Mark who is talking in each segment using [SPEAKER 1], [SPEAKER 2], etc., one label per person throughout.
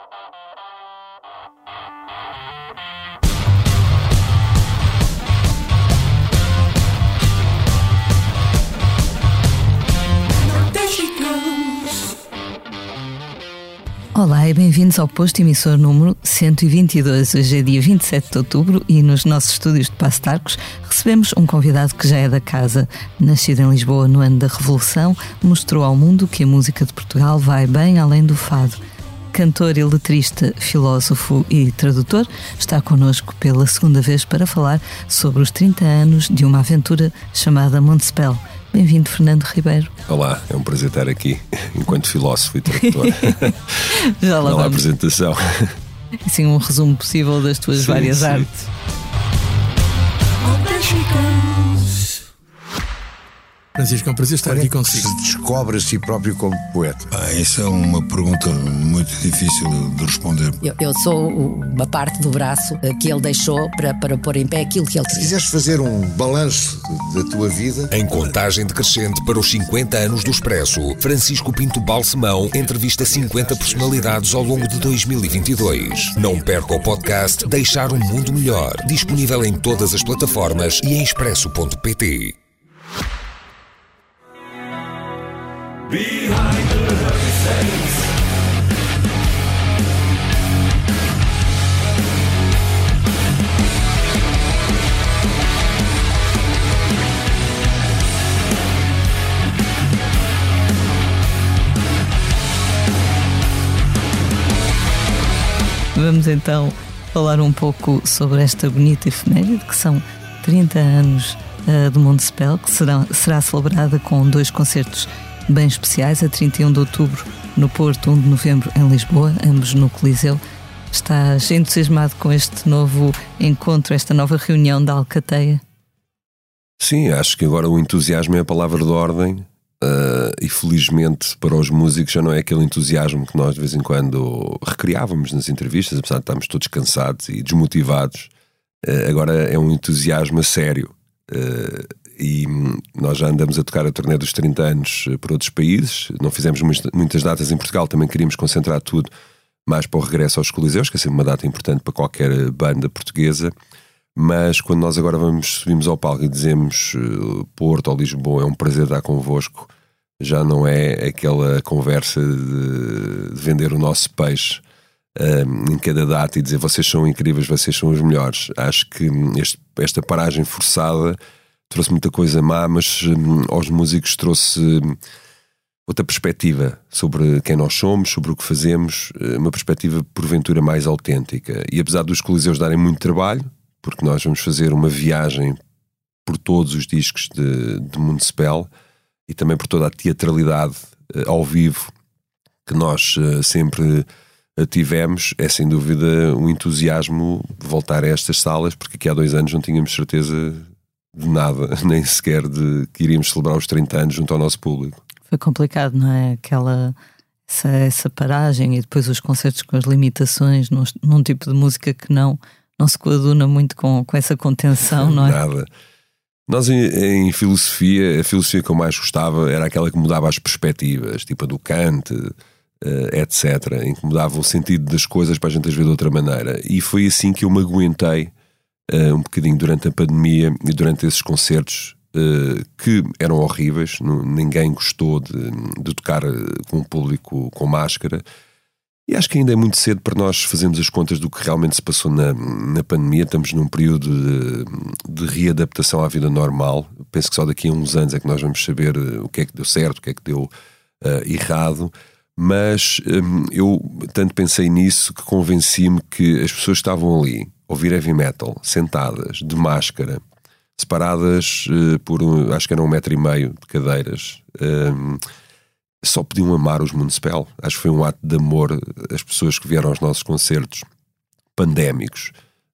[SPEAKER 1] Olá e bem-vindos ao posto emissor número 122. Hoje é dia 27 de outubro e nos nossos estúdios de Paço de Arcos recebemos um convidado que já é da casa. Nascido em Lisboa no ano da Revolução, mostrou ao mundo que a música de Portugal vai bem além do fado. Cantor e letrista, filósofo e tradutor, está connosco pela segunda vez para falar sobre os 30 anos de uma aventura chamada Montespel. Bem-vindo, Fernando Ribeiro.
[SPEAKER 2] Olá, é um prazer estar aqui enquanto filósofo e tradutor.
[SPEAKER 1] Já lá
[SPEAKER 2] vamos.
[SPEAKER 1] A
[SPEAKER 2] apresentação.
[SPEAKER 1] Assim, um resumo possível das tuas várias artes.
[SPEAKER 3] Francisco, é um prazer estar aqui consigo.
[SPEAKER 4] Se descobre a si próprio como poeta?
[SPEAKER 5] Essa é uma pergunta muito difícil de responder.
[SPEAKER 6] Eu sou uma parte do braço que ele deixou para pôr em pé aquilo que ele
[SPEAKER 4] Se
[SPEAKER 6] queria.
[SPEAKER 4] quiseres fazer um balanço da tua vida...
[SPEAKER 7] Em contagem decrescente para os 50 anos do Expresso, Francisco Pinto Balsemão entrevista 50 personalidades ao longo de 2022. Não perca o podcast Deixar um Mundo Melhor, disponível em todas as plataformas e em expresso.pt.
[SPEAKER 1] Vamos então falar um pouco sobre esta bonita efeméride, que são 30 anos de Montespel, que será celebrada com 2 concertos bem especiais, a 31 de outubro no Porto, 1 de novembro em Lisboa, ambos no Coliseu. Estás entusiasmado com este novo encontro, esta nova reunião da Alcateia?
[SPEAKER 2] Sim, acho que agora o entusiasmo é a palavra de ordem e felizmente para os músicos já não é aquele entusiasmo que nós de vez em quando recriávamos nas entrevistas, apesar de estarmos todos cansados e desmotivados. Agora é um entusiasmo a sério. E nós já andamos a tocar a turnê dos 30 anos por outros países, não fizemos muitas datas em Portugal, também queríamos concentrar tudo mais para o regresso aos Coliseus, que é sempre uma data importante para qualquer banda portuguesa. Mas quando nós agora subimos ao palco e dizemos Porto ou Lisboa, é um prazer estar convosco, já não é aquela conversa de vender o nosso peixe em cada data e dizer vocês são incríveis, vocês são os melhores. Acho que esta paragem forçada trouxe muita coisa má, mas aos músicos trouxe outra perspectiva sobre quem nós somos, sobre o que fazemos, uma perspectiva porventura mais autêntica. E apesar dos Coliseus darem muito trabalho, porque nós vamos fazer uma viagem por todos os discos de Montespel e também por toda a teatralidade ao vivo que nós sempre tivemos, é sem dúvida um entusiasmo de voltar a estas salas, porque aqui há 2 anos não tínhamos certeza de nada, nem sequer de que iríamos celebrar os 30 anos junto ao nosso público.
[SPEAKER 1] Foi complicado, não é? Essa paragem e depois os concertos com as limitações num tipo de música que não se coaduna muito com essa contenção, não é?
[SPEAKER 2] Nada. Nós em filosofia, a filosofia que eu mais gostava era aquela que mudava as perspectivas, tipo a do Kant, etc., em que mudava o sentido das coisas para a gente as ver de outra maneira. E foi assim que eu me aguentei um bocadinho durante a pandemia e durante esses concertos que eram horríveis. Ninguém gostou de tocar com o público com máscara. E acho que ainda é muito cedo para nós fazermos as contas do que realmente se passou na pandemia. Estamos num período de readaptação à vida normal. Penso que só daqui a uns anos é que nós vamos saber o que é que deu certo, o que é que deu errado. Mas eu tanto pensei nisso que convenci-me que as pessoas que estavam ali a ouvir heavy metal, sentadas, de máscara, separadas por, acho que eram 1,5 metro de cadeiras, só podiam amar os Montespel. Acho que foi um ato de amor. As pessoas que vieram aos nossos concertos pandémicos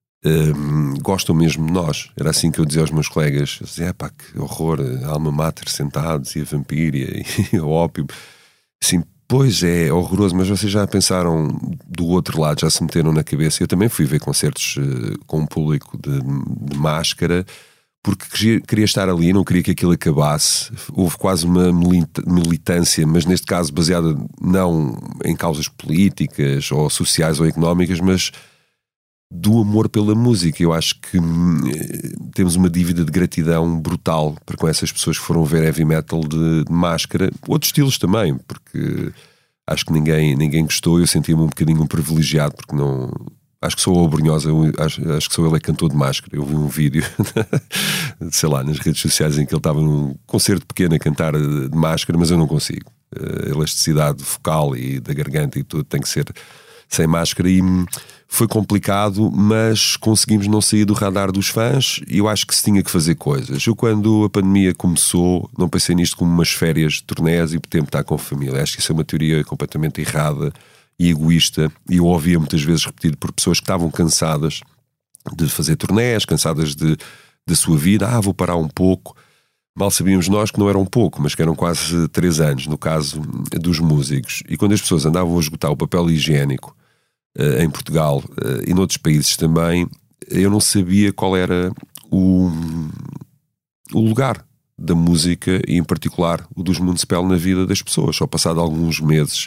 [SPEAKER 2] gostam mesmo de nós. Era assim que eu dizia aos meus colegas. Eu dizia, pá, que horror, a Alma Mater sentados e a Vampíria e o Ópio. Assim, pois é horroroso, mas vocês já pensaram do outro lado, já se meteram na cabeça. Eu também fui ver concertos com um público de máscara, porque queria estar ali, não queria que aquilo acabasse. Houve quase uma militância, mas neste caso baseada não em causas políticas ou sociais ou económicas, mas do amor pela música. Eu acho que temos uma dívida de gratidão brutal para com essas pessoas que foram ver heavy metal de máscara, outros estilos também, porque acho que ninguém gostou. Eu sentia-me um bocadinho privilegiado, porque não... Acho que sou o Brunhosa, acho que sou ele cantor de máscara. Eu vi um vídeo, sei lá, nas redes sociais em que ele estava num concerto pequeno a cantar de máscara, mas eu não consigo. A elasticidade vocal e da garganta e tudo tem que ser sem máscara, e foi complicado, mas conseguimos não sair do radar dos fãs, e eu acho que se tinha que fazer coisas. Eu, quando a pandemia começou, não pensei nisto como umas férias de turnés e por tempo estar com a família. Acho que isso é uma teoria completamente errada e egoísta, e eu ouvia muitas vezes repetido por pessoas que estavam cansadas de fazer turnés, cansadas da sua vida. Vou parar um pouco. Mal sabíamos nós que não era um pouco, mas que eram quase 3 anos, no caso dos músicos. E quando as pessoas andavam a esgotar o papel higiênico em Portugal e noutros países também, eu não sabia qual era o lugar da música, e em particular o dos Municipal, na vida das pessoas. Só passado alguns meses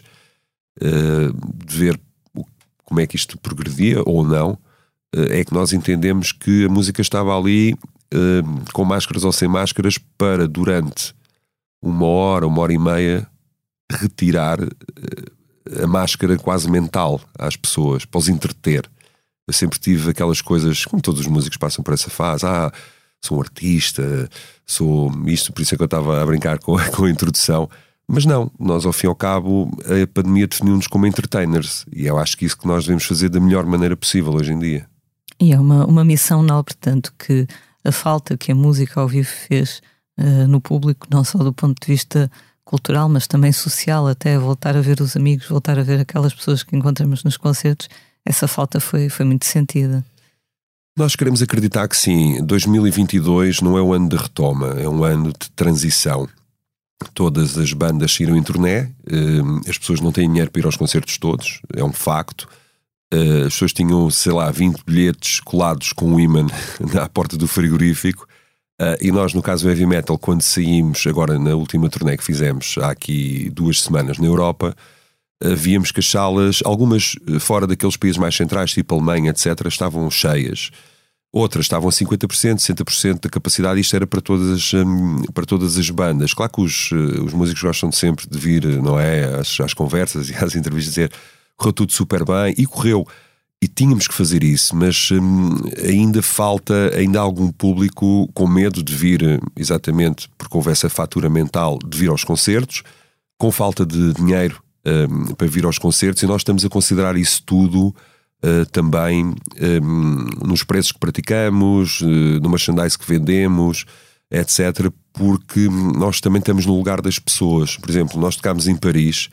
[SPEAKER 2] de ver como é que isto progredia ou não, é que nós entendemos que a música estava ali com máscaras ou sem máscaras, para durante 1 hora, 1h30 retirar a máscara quase mental às pessoas, para os entreter. Eu sempre tive aquelas coisas, como todos os músicos passam por essa fase: sou um artista, sou isto. Por isso é que eu estava a brincar com a introdução. Mas não, nós ao fim e ao cabo a pandemia definiu-nos como entertainers, e eu acho que isso que nós devemos fazer da melhor maneira possível hoje em dia.
[SPEAKER 1] E é uma missão nobre, tanto que a falta que a música ao vivo fez no público, não só do ponto de vista cultural, mas também social, até voltar a ver os amigos, voltar a ver aquelas pessoas que encontramos nos concertos, essa falta foi muito sentida.
[SPEAKER 2] Nós queremos acreditar que sim. 2022 não é um ano de retoma, é um ano de transição. Todas as bandas saíram em turnê, as pessoas não têm dinheiro para ir aos concertos todos, é um facto. As pessoas tinham, 20 bilhetes colados com um ímã à porta do frigorífico, e nós, no caso do heavy metal, quando saímos agora na última turnê que fizemos há aqui 2 semanas na Europa, víamos que as salas, algumas fora daqueles países mais centrais, tipo Alemanha, etc., estavam cheias. Outras estavam a 50%, 60% da capacidade. Isto era para todas as bandas. Claro que os músicos gostam sempre de vir, não é, às conversas e às entrevistas, dizer correu tudo super bem, e correu. E tínhamos que fazer isso, mas ainda há algum público com medo de vir, exatamente porque houve essa fatura mental de vir aos concertos, com falta de dinheiro para vir aos concertos, e nós estamos a considerar isso tudo também nos preços que praticamos, no merchandise que vendemos, etc., porque nós também estamos no lugar das pessoas. Por exemplo, nós tocámos em Paris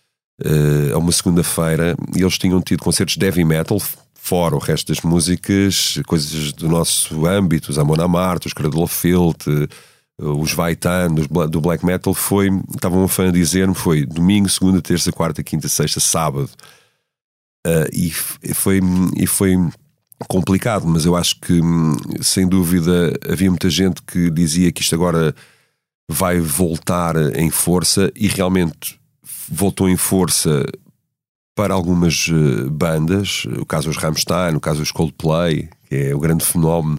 [SPEAKER 2] a uma segunda-feira, e eles tinham tido concertos de heavy metal, fora o resto das músicas, coisas do nosso âmbito, os Amon Amarth, os Cradle of Filth, os Vaitan, do black metal. Estavam um fã a dizer-me, foi domingo, segunda, terça, quarta, quinta, sexta, sábado. E foi complicado, mas eu acho que sem dúvida havia muita gente que dizia que isto agora vai voltar em força, e realmente voltou em força para algumas bandas. O caso dos Rammstein, o caso dos Coldplay, que é o grande fenómeno,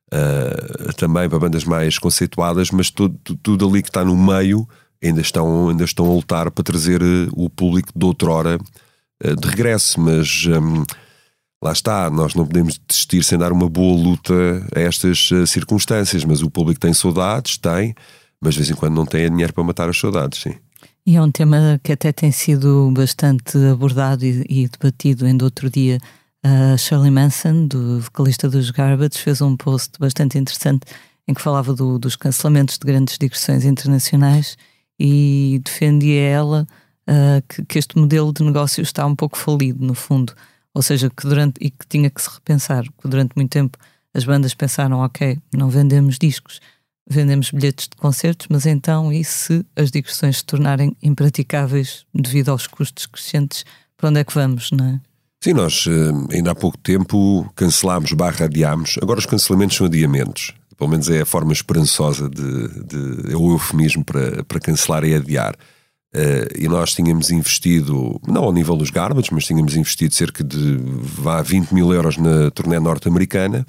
[SPEAKER 2] também para bandas mais conceituadas, mas tudo ali que está no meio ainda estão a lutar para trazer o público de outrora de regresso. Mas lá está, nós não podemos desistir sem dar uma boa luta a estas circunstâncias. Mas o público tem saudades, mas de vez em quando não tem dinheiro para matar as saudades, sim.
[SPEAKER 1] E é um tema que até tem sido bastante abordado e debatido. Ainda outro dia, a Shirley Manson, do vocalista dos Garbage, fez um post bastante interessante em que falava dos cancelamentos de grandes digressões internacionais, e defendia ela que este modelo de negócio está um pouco falido, no fundo. Ou seja, que tinha que se repensar, que durante muito tempo as bandas pensaram: ok, não vendemos discos, vendemos bilhetes de concertos, mas então, e se as digressões se tornarem impraticáveis devido aos custos crescentes, para onde é que vamos, não é?
[SPEAKER 2] Sim, nós ainda há pouco tempo cancelámos / adiámos. Agora os cancelamentos são adiamentos. Pelo menos é a forma esperançosa é o eufemismo para cancelar e adiar. E nós tínhamos investido, não ao nível dos Garbage, mas tínhamos investido cerca de 20 mil euros na turnê norte-americana,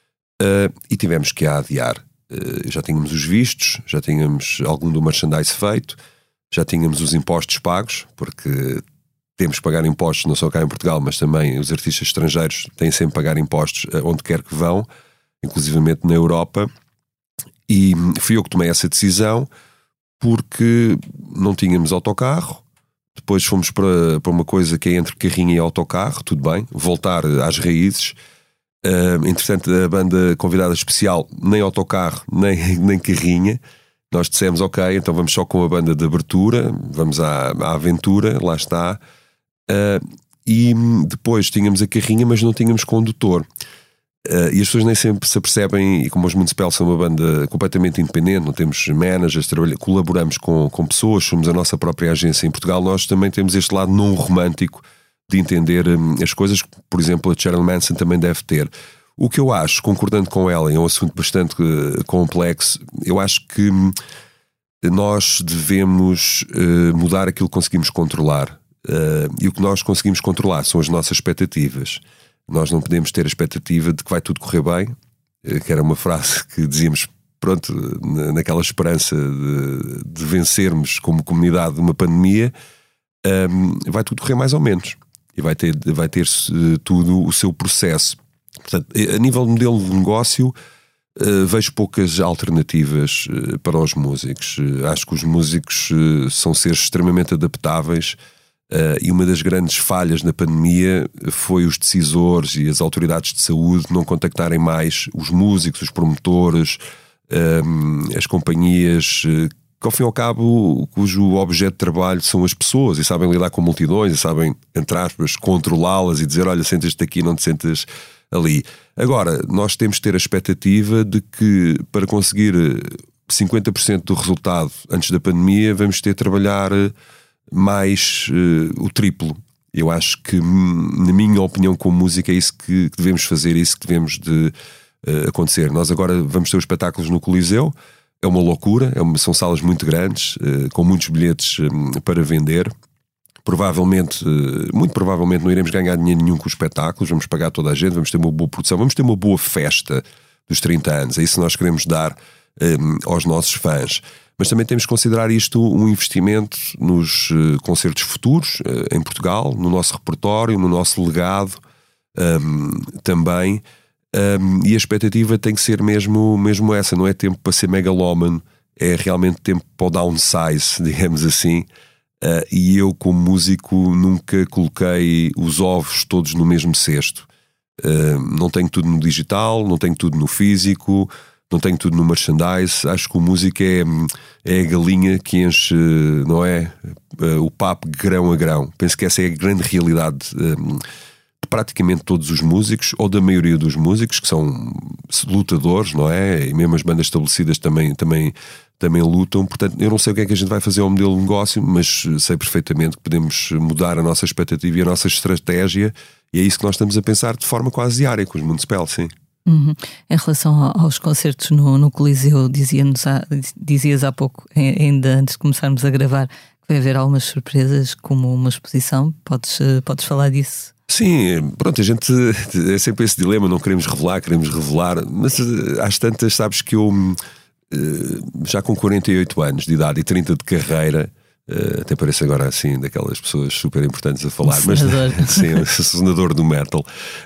[SPEAKER 2] e tivemos que adiar. Já tínhamos os vistos, já tínhamos algum do merchandise feito, já tínhamos os impostos pagos, porque temos que pagar impostos não só cá em Portugal, mas também os artistas estrangeiros têm sempre que pagar impostos onde quer que vão, inclusivamente na Europa. E fui eu que tomei essa decisão, porque não tínhamos autocarro. Depois fomos para uma coisa que é entre carrinho e autocarro, tudo bem, voltar às raízes. Entretanto, a banda convidada especial, nem autocarro, nem carrinha. Nós dissemos, ok, então vamos só com a banda de abertura, vamos à aventura, lá está. E depois tínhamos a carrinha, mas não tínhamos condutor. E as pessoas nem sempre se apercebem, e como os Municipal são uma banda completamente independente, não temos managers, colaboramos com pessoas, somos a nossa própria agência em Portugal, nós também temos este lado não romântico de entender as coisas que, por exemplo, a Sheryl Manson também deve ter. O que eu acho, concordando com ela, é um assunto bastante complexo. Eu acho que nós devemos mudar aquilo que conseguimos controlar. E o que nós conseguimos controlar são as nossas expectativas. Nós não podemos ter a expectativa de que vai tudo correr bem, que era uma frase que dizíamos, pronto, naquela esperança de vencermos como comunidade uma pandemia. Vai tudo correr mais ou menos. E vai ter tudo o seu processo. Portanto, a nível de modelo de negócio, vejo poucas alternativas para os músicos. Acho que os músicos são seres extremamente adaptáveis. E uma das grandes falhas na pandemia foi os decisores e as autoridades de saúde não contactarem mais os músicos, os promotores, as companhias, que ao fim e ao cabo, cujo objeto de trabalho são as pessoas, e sabem lidar com multidões, e sabem, entre aspas, controlá-las e dizer, olha, sentas-te aqui, não te sentas ali. Agora, nós temos de ter a expectativa de que, para conseguir 50% do resultado antes da pandemia, vamos ter de trabalhar mais o triplo. Eu acho que, na minha opinião, com música, é isso que devemos fazer, é isso que devemos de acontecer. Nós agora vamos ter os espetáculos no Coliseu, é uma loucura, são salas muito grandes, com muitos bilhetes para vender. Muito provavelmente não iremos ganhar dinheiro nenhum com os espetáculos, vamos pagar toda a gente, vamos ter uma boa produção, vamos ter uma boa festa dos 30 anos, é isso que nós queremos dar aos nossos fãs. Mas também temos que considerar isto um investimento nos concertos futuros em Portugal, no nosso repertório, no nosso legado também. E a expectativa tem que ser mesmo essa, não é tempo para ser megalómano, é realmente tempo para o downsize, digamos assim. E eu, como músico, nunca coloquei os ovos todos no mesmo cesto. Não tenho tudo no digital, não tenho tudo no físico, não tenho tudo no merchandise. Acho que o músico é a galinha que enche, não é? O papo grão a grão. Penso que essa é a grande realidade de praticamente todos os músicos, ou da maioria dos músicos, que são lutadores, não é? E mesmo as bandas estabelecidas também lutam. Portanto, eu não sei o que é que a gente vai fazer ao modelo de negócio, mas sei perfeitamente que podemos mudar a nossa expectativa e a nossa estratégia, e é isso que nós estamos a pensar de forma quase diária com os Municipal, sim.
[SPEAKER 1] Em relação aos concertos no Coliseu, dizias há pouco, ainda antes de começarmos a gravar, que vai haver algumas surpresas, como uma exposição. Podes falar disso?
[SPEAKER 2] Sim, pronto, a gente é sempre esse dilema, não queremos revelar, mas às tantas, sabes que eu já com 48 anos de idade e 30 de carreira, até parece agora assim daquelas pessoas super importantes a falar, mas sim, o senador do metal,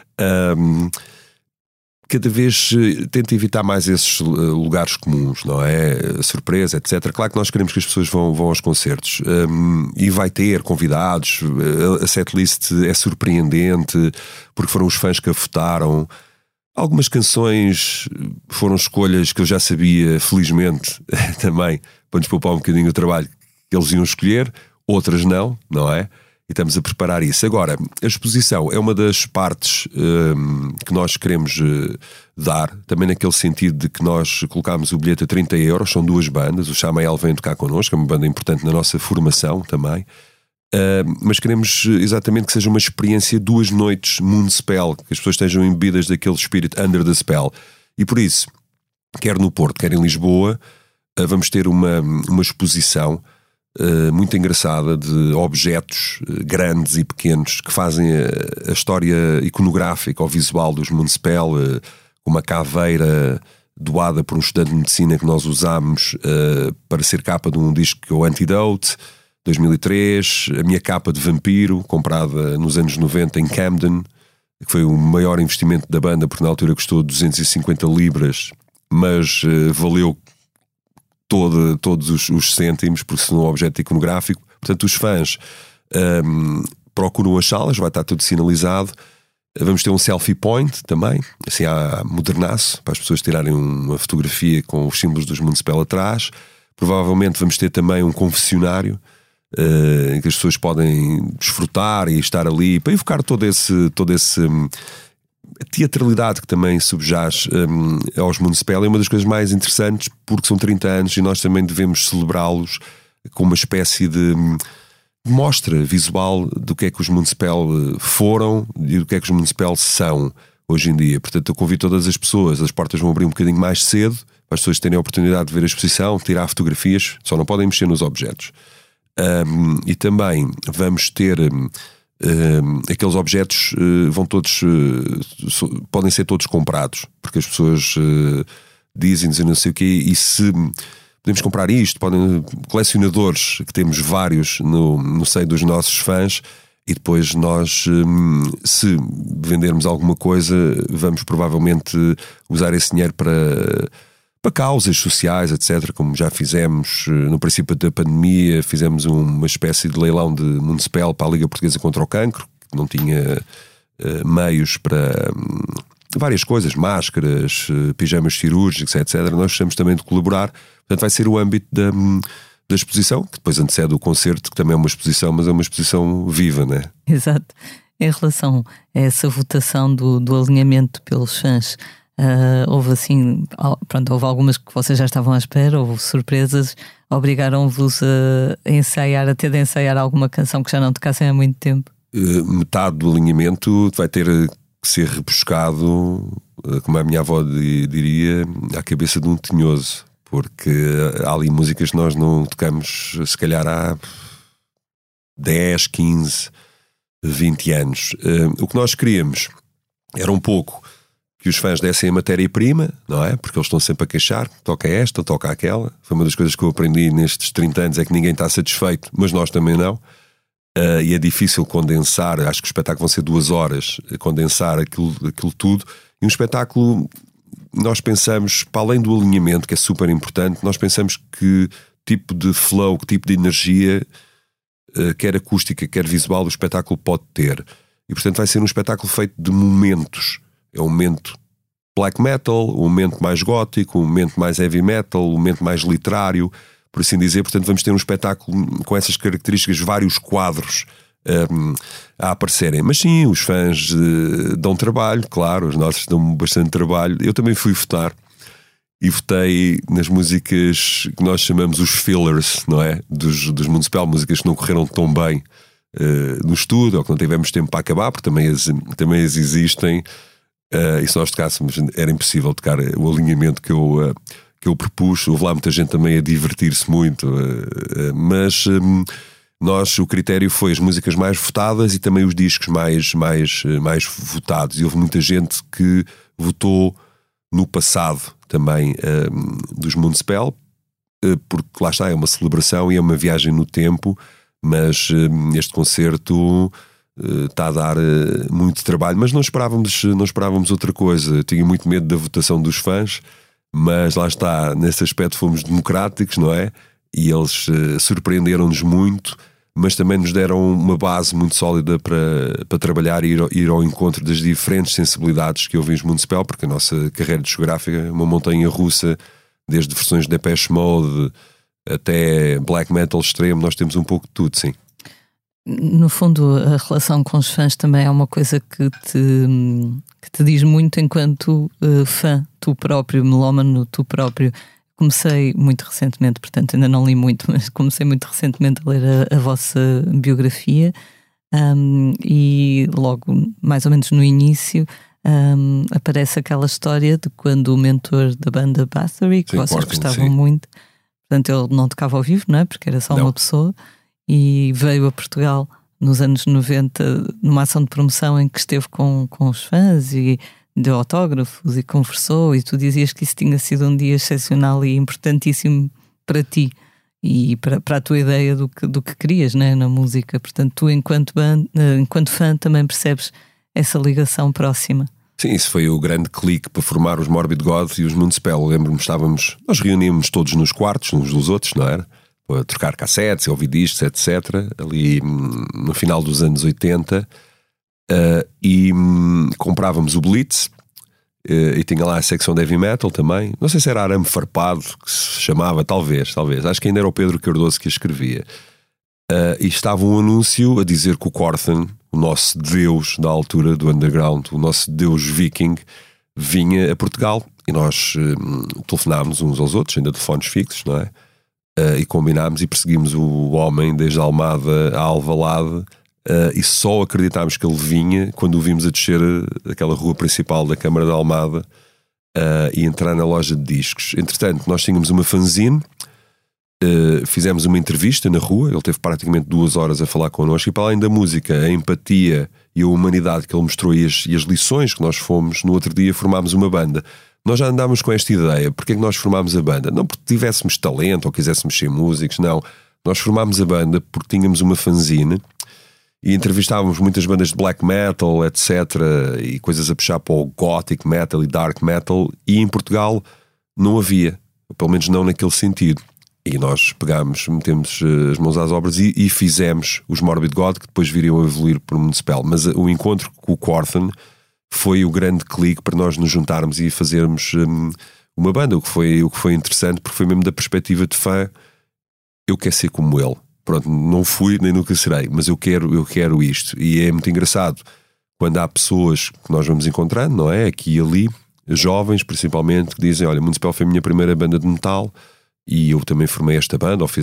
[SPEAKER 2] cada vez tento evitar mais esses lugares comuns, não é? A surpresa, etc. Claro que nós queremos que as pessoas vão aos concertos, e vai ter convidados, a setlist é surpreendente, porque foram os fãs que a votaram. Algumas canções foram escolhas que eu já sabia, felizmente, também, para nos poupar um bocadinho o trabalho, que eles iam escolher, outras não é? E estamos a preparar isso. Agora, a exposição é uma das partes que nós queremos dar, também naquele sentido de que nós colocámos o bilhete a 30 €, são duas bandas, o Chamael vem tocar connosco, é uma banda importante na nossa formação também, mas queremos exatamente que seja uma experiência, 2 noites Moonspell, que as pessoas estejam imbebidas daquele espírito Under the Spell. E por isso, quer no Porto, quer em Lisboa, vamos ter uma exposição muito engraçada de objetos grandes e pequenos que fazem a história iconográfica ou visual dos Municipal, uma caveira doada por um estudante de medicina que nós usámos para ser capa de um disco que é o Antidote, 2003, a minha capa de Vampiro, comprada nos anos 90 em Camden, que foi o maior investimento da banda, porque na altura custou 250 libras, mas valeu todos os cêntimos, porque são um objeto iconográfico. Portanto, os fãs procuram as salas, vai estar tudo sinalizado. Vamos ter um selfie point também, assim à modernaço, para as pessoas tirarem uma fotografia com os símbolos dos Municipal atrás. Provavelmente vamos ter também um confessionário em que as pessoas podem desfrutar e estar ali para evocar todo esse a teatralidade que também subjaz aos Municipal. É uma das coisas mais interessantes, porque são 30 anos e nós também devemos celebrá-los com uma espécie de mostra visual do que é que os Municipal foram e do que é que os Municipal são hoje em dia. Portanto, eu convido todas as pessoas, as portas vão abrir um bocadinho mais cedo para as pessoas terem a oportunidade de ver a exposição, tirar fotografias, só não podem mexer nos objetos. E também vamos ter aqueles objetos vão todos podem ser todos comprados, porque as pessoas dizem não sei o quê, e se podemos comprar isto, podem, colecionadores que temos vários no seio dos nossos fãs, e depois nós, se vendermos alguma coisa, vamos provavelmente usar esse dinheiro para causas sociais, etc., como já fizemos no princípio da pandemia. Fizemos uma espécie de leilão de Municipal para a Liga Portuguesa contra o Cancro, que não tinha meios para várias coisas, máscaras, pijamas cirúrgicos, etc. Nós gostamos também de colaborar. Portanto, vai ser o âmbito da exposição, que depois antecede o concerto, que também é uma exposição, mas é uma exposição viva, não é?
[SPEAKER 1] Exato. Em relação a essa votação do alinhamento pelos fãs, houve assim, pronto, houve algumas que vocês já estavam à espera, houve surpresas, obrigaram-vos a ensaiar, a ter de ensaiar alguma canção que já não tocassem há muito tempo?
[SPEAKER 2] Metade do alinhamento vai ter que ser rebuscado, como a minha avó diria, à cabeça de um tinhoso, porque há ali músicas que nós não tocamos se calhar há 10, 15, 20 anos. O que nós queríamos era um pouco que os fãs dessem a matéria-prima, não é? Porque eles estão sempre a queixar, toca esta, toca aquela. Foi uma das coisas que eu aprendi nestes 30 anos, é que ninguém está satisfeito, mas nós também não. E é difícil condensar, acho que o espetáculo vão ser 2 horas, condensar aquilo tudo. E um espetáculo, nós pensamos, para além do alinhamento, que é super importante, nós pensamos que tipo de flow, que tipo de energia, quer acústica, quer visual, o espetáculo pode ter. E portanto vai ser um espetáculo feito de momentos. É um momento black metal, um momento mais gótico, um momento mais heavy metal, um momento mais literário, por assim dizer. Portanto, vamos ter um espetáculo com essas características, vários quadros a aparecerem. Mas sim, os fãs dão trabalho, claro, os nossos dão bastante trabalho. Eu também fui votar e votei nas músicas que nós chamamos os fillers, não é? Dos Municipal, músicas que não correram tão bem no estúdio, ou que não tivemos tempo para acabar, porque também as existem. E se nós tocássemos, era impossível tocar o alinhamento que eu propus. Houve lá muita gente também a divertir-se muito, mas o critério foi as músicas mais votadas e também os discos mais votados. E houve muita gente que votou no passado também dos Municipal, porque lá está, é uma celebração e é uma viagem no tempo, mas este concerto está a dar muito trabalho, mas não esperávamos outra coisa. Eu tinha muito medo da votação dos fãs, mas lá está, nesse aspecto fomos democráticos, não é? E eles surpreenderam-nos muito, mas também nos deram uma base muito sólida para trabalhar e ir ao encontro das diferentes sensibilidades que ouvimos Municipal, porque a nossa carreira discográfica é uma montanha russa, desde versões de Depeche Mode até black metal extremo. Nós temos um pouco de tudo, sim.
[SPEAKER 1] No fundo, a relação com os fãs também é uma coisa que te diz muito enquanto fã, tu próprio, melómano, tu próprio. Comecei muito recentemente, portanto ainda não li muito, mas comecei muito recentemente a ler a vossa biografia, e logo, mais ou menos no início, aparece aquela história de quando o mentor da banda Bathory, que vocês gostavam muito, portanto ele não tocava ao vivo, não é? Porque era só uma pessoa, e veio a Portugal nos anos 90 numa ação de promoção em que esteve com os fãs e deu autógrafos e conversou, e tu dizias que isso tinha sido um dia excepcional e importantíssimo para ti e para a tua ideia do que querias, né, na música. Portanto, tu enquanto fã também percebes essa ligação próxima.
[SPEAKER 2] Sim, isso foi o grande clique para formar os Morbid God e os Moonspell. Lembro-me, nós reuníamos todos nos quartos, uns dos outros, não era? Para trocar cassetes, ouvir discos, etc. Ali no final dos anos 80. E comprávamos o Blitz, e tinha lá a secção de heavy metal também. Não sei se era Arame Farpado que se chamava, talvez. Acho que ainda era o Pedro Cardoso que a escrevia. E estava um anúncio a dizer que o Korten, o nosso deus da altura do underground, o nosso deus viking, vinha a Portugal. E nós telefonámos uns aos outros, ainda telefones fixos, não é? E combinámos e perseguimos o homem desde a Almada a Alvalade. E só acreditámos que ele vinha quando o vimos a descer aquela rua principal da Câmara da Almada e entrar na loja de discos. Entretanto, nós tínhamos uma fanzine, fizemos uma entrevista na rua, ele teve praticamente 2 horas a falar connosco, e para além da música, a empatia e a humanidade que ele mostrou e as lições que nós fomos, no outro dia formámos uma banda. Nós já andámos com esta ideia. Porque é que nós formámos a banda? Não porque tivéssemos talento ou quiséssemos ser músicos, não. Nós formámos a banda porque tínhamos uma fanzine e entrevistávamos muitas bandas de black metal, etc. E coisas a puxar para o gothic metal e dark metal, e em Portugal não havia, pelo menos não naquele sentido. E nós metemos as mãos às obras e fizemos os Morbid God, que depois viriam a evoluir por Moonspell. Mas o encontro com o Korten foi o grande clique para nós nos juntarmos e fazermos uma banda, o que foi interessante, porque foi mesmo da perspectiva de fã. Eu quero ser como ele. Pronto, não fui nem nunca serei, mas eu quero isto. E é muito engraçado quando há pessoas que nós vamos encontrando, não é? Aqui e ali, jovens principalmente, que dizem: olha, Moonspell foi a minha primeira banda de metal e eu também formei esta banda, ou fiz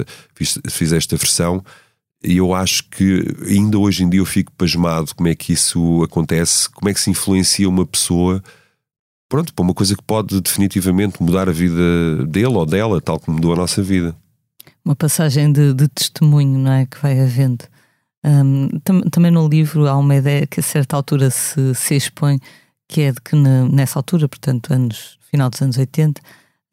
[SPEAKER 2] esta versão. E eu acho que ainda hoje em dia eu fico pasmado como é que isso acontece, como é que se influencia uma pessoa, pronto, para uma coisa que pode definitivamente mudar a vida dele ou dela, tal como mudou a nossa vida.
[SPEAKER 1] Uma passagem de testemunho, não é? Que vai havendo. Também no livro há uma ideia que a certa altura se expõe, que é de que nessa altura, portanto final dos anos 80,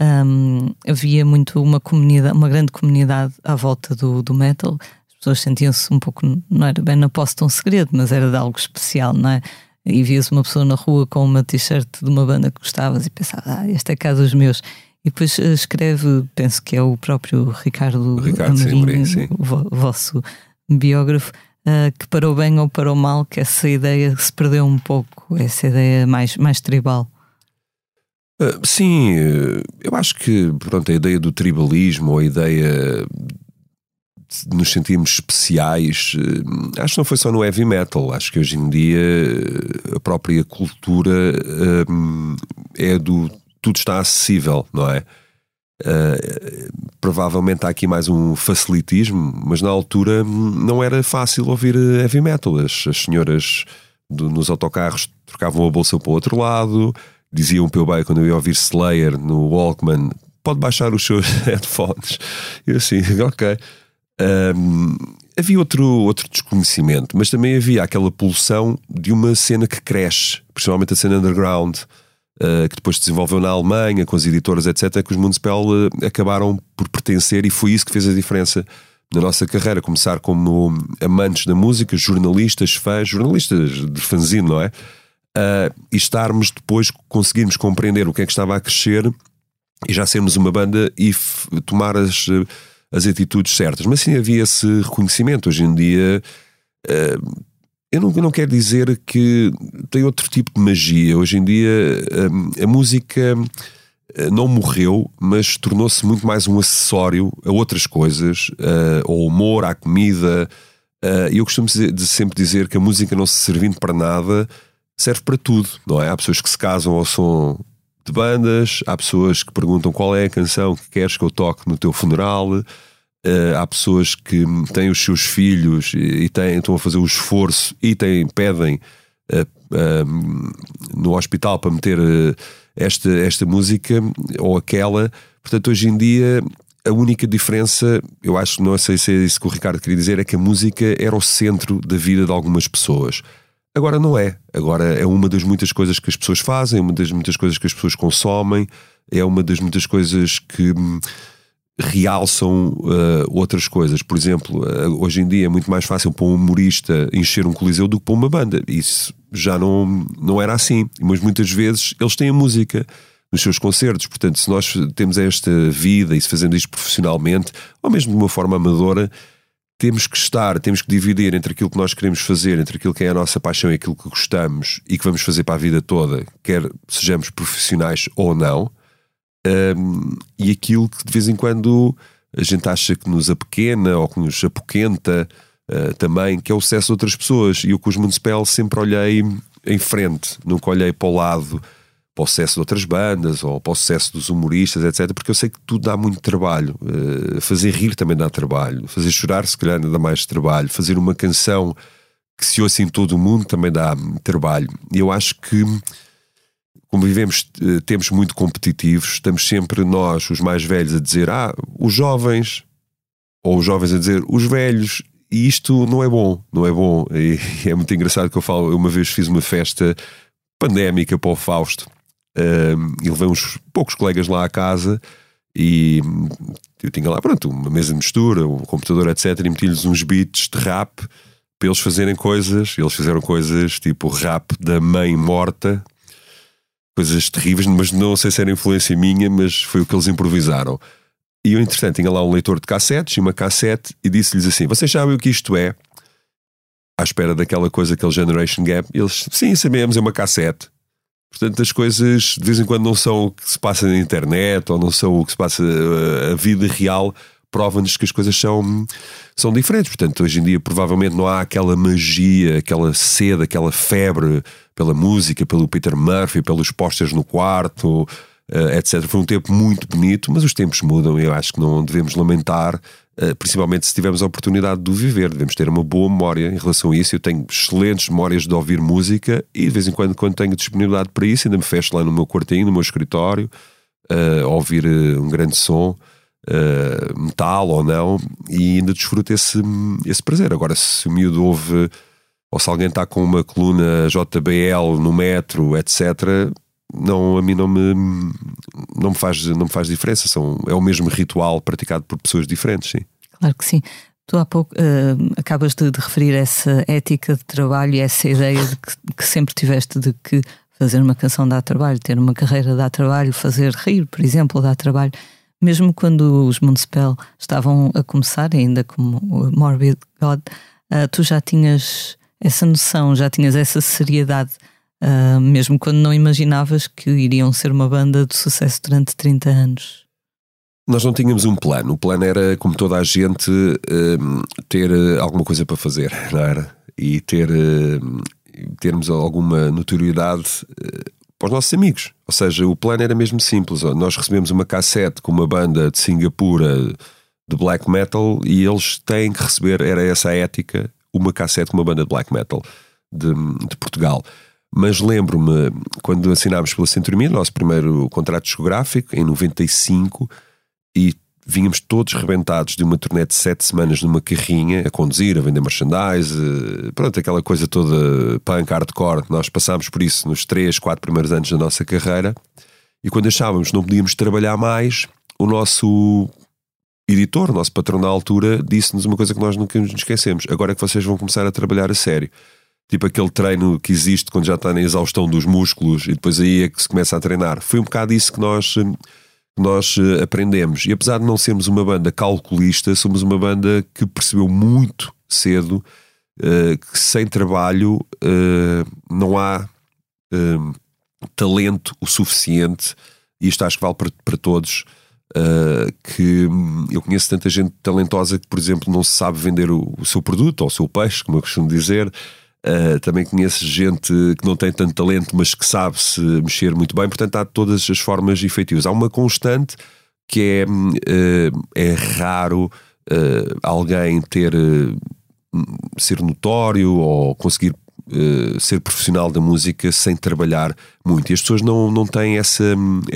[SPEAKER 1] havia muito uma grande comunidade à volta do metal. As pessoas sentiam-se um pouco, não era bem na posse de um segredo, mas era de algo especial, não é? E via-se uma pessoa na rua com uma t-shirt de uma banda que gostavas e pensava: esta é cá dos meus. E depois escreve, penso que é o próprio Ricardo Amorim, o vosso biógrafo, que para o bem ou para o mal, que essa ideia se perdeu um pouco, essa ideia mais tribal.
[SPEAKER 2] Sim, eu acho que, pronto, a ideia do tribalismo, ou a ideia de nos sentirmos especiais, acho que não foi só no heavy metal. Acho que hoje em dia a própria cultura é do tudo está acessível, não é? Provavelmente há aqui mais um facilitismo, mas na altura não era fácil ouvir heavy metal. As senhoras nos autocarros trocavam a bolsa para o outro lado, diziam para eu bem, quando eu ia ouvir Slayer no Walkman: pode baixar os seus headphones. E eu assim, ok. Havia outro desconhecimento, mas também havia aquela pulsão de uma cena que cresce, principalmente a cena underground, que depois se desenvolveu na Alemanha com as editoras, etc., que os Moonspell acabaram por pertencer, e foi isso que fez a diferença na nossa carreira. Começar como amantes da música, jornalistas, fãs, jornalistas de fanzine, não é? E estarmos depois, conseguirmos compreender o que é que estava a crescer e já sermos uma banda e tomar as atitudes certas. Mas sim, havia esse reconhecimento. Hoje em dia eu não quero dizer que tem outro tipo de magia. Hoje em dia a música não morreu, mas tornou-se muito mais um acessório a outras coisas, ao humor, à comida. Eu costumo sempre dizer que a música, não se servindo para nada, serve para tudo, não é? Há pessoas que se casam ao som de bandas, há pessoas que perguntam qual é a canção que queres que eu toque no teu funeral, há pessoas que têm os seus filhos e estão a fazer o esforço e pedem no hospital para meter esta música ou aquela. Portanto, hoje em dia a única diferença, eu acho, não sei se é isso que o Ricardo queria dizer, é que a música era o centro da vida de algumas pessoas. Agora não é. Agora é uma das muitas coisas que as pessoas fazem, é uma das muitas coisas que as pessoas consomem, é uma das muitas coisas que realçam outras coisas. Por exemplo, hoje em dia é muito mais fácil para um humorista encher um coliseu do que para uma banda. Isso já não era assim. Mas muitas vezes eles têm a música nos seus concertos. Portanto, se nós temos esta vida e se fazendo isto profissionalmente, ou mesmo de uma forma amadora, temos que dividir entre aquilo que nós queremos fazer, entre aquilo que é a nossa paixão e aquilo que gostamos e que vamos fazer para a vida toda, quer sejamos profissionais ou não, e aquilo que de vez em quando a gente acha que nos apequena ou que nos apoquenta também, que é o sucesso de outras pessoas. E eu com os Municipal sempre olhei em frente, nunca olhei para o lado, para o sucesso de outras bandas ou para o sucesso dos humoristas, etc. Porque eu sei que tudo dá muito trabalho. Fazer rir também dá trabalho. Fazer chorar, se calhar, ainda dá mais trabalho. Fazer uma canção que se ouça em todo o mundo também dá trabalho. E eu acho que, como vivemos tempos muito competitivos, estamos sempre nós, os mais velhos, a dizer os jovens, ou os jovens a dizer os velhos, e isto não é bom. E é muito engraçado que eu uma vez fiz uma festa pandémica para o Fausto, e levei uns poucos colegas lá à casa e eu tinha lá, pronto, uma mesa de mistura, um computador, etc, e meti-lhes uns beats de rap para eles fazerem coisas. Eles fizeram coisas tipo rap da mãe morta, coisas terríveis, mas não sei se era influência minha, mas foi o que eles improvisaram. E eu, entretanto, tinha lá um leitor de cassetes e uma cassete e disse-lhes assim: vocês sabem o que isto é? À espera daquela coisa, aquele Generation Gap. E eles: sim, sabemos, é uma cassete. Portanto, as coisas de vez em quando não são o que se passa na internet ou não são o que se passa, a vida real prova-nos que as coisas são diferentes. Portanto, hoje em dia provavelmente não há aquela magia, aquela sede, aquela febre pela música, pelo Peter Murphy, pelos pósteres no quarto, etc. Foi um tempo muito bonito, mas os tempos mudam e eu acho que não devemos lamentar, principalmente se tivermos a oportunidade de o viver. Devemos ter uma boa memória em relação a isso. Eu tenho excelentes memórias de ouvir música e de vez em quando tenho disponibilidade para isso, ainda me fecho lá no meu quartinho, no meu escritório, a ouvir um grande som, metal ou não, e ainda desfruto esse prazer. Agora, se o miúdo ouve, ou se alguém está com uma coluna JBL no metro, etc., a mim não me faz diferença. É o mesmo ritual praticado por pessoas diferentes, sim.
[SPEAKER 1] Claro que sim. Tu há pouco acabas de referir essa ética de trabalho e essa ideia de que sempre tiveste de que fazer uma canção dá trabalho, ter uma carreira dá trabalho, fazer rir, por exemplo, dá trabalho. Mesmo quando os Municipal estavam a começar, ainda como Morbid God, tu já tinhas essa noção, já tinhas essa seriedade, mesmo quando não imaginavas que iriam ser uma banda de sucesso durante 30 anos.
[SPEAKER 2] Nós não tínhamos um plano. O plano era, como toda a gente, ter alguma coisa para fazer, não era? E termos alguma notoriedade para os nossos amigos. Ou seja, o plano era mesmo simples. Nós recebemos uma cassete com uma banda de Singapura de black metal e eles têm que receber, era essa a ética, uma cassete com uma banda de black metal de Portugal. Mas lembro-me, quando assinámos pela Centro-Mir, nosso primeiro contrato discográfico, em 95, e vínhamos todos rebentados de uma turnê de 7 semanas numa carrinha, a conduzir, a vender merchandise, pronto, aquela coisa toda punk, hardcore. Nós passámos por isso nos 3, 4 primeiros anos da nossa carreira, e quando achávamos que não podíamos trabalhar mais, o nosso editor, o nosso patrão na altura, disse-nos uma coisa que nós nunca nos esquecemos: agora é que vocês vão começar a trabalhar a sério. Tipo aquele treino que existe quando já está na exaustão dos músculos e depois aí é que se começa a treinar. Foi um bocado isso que nós aprendemos. E apesar de não sermos uma banda calculista, somos uma banda que percebeu muito cedo que sem trabalho não há talento o suficiente, e isto acho que vale para todos. Que eu conheço tanta gente talentosa que, por exemplo, não se sabe vender o seu produto ou o seu peixe, como eu costumo dizer. Também conheço gente que não tem tanto talento, mas que sabe-se mexer muito bem. Portanto, há todas as formas e feitios. Há uma constante que é raro alguém ser notório ou conseguir ser profissional da música sem trabalhar muito. E as pessoas não têm essa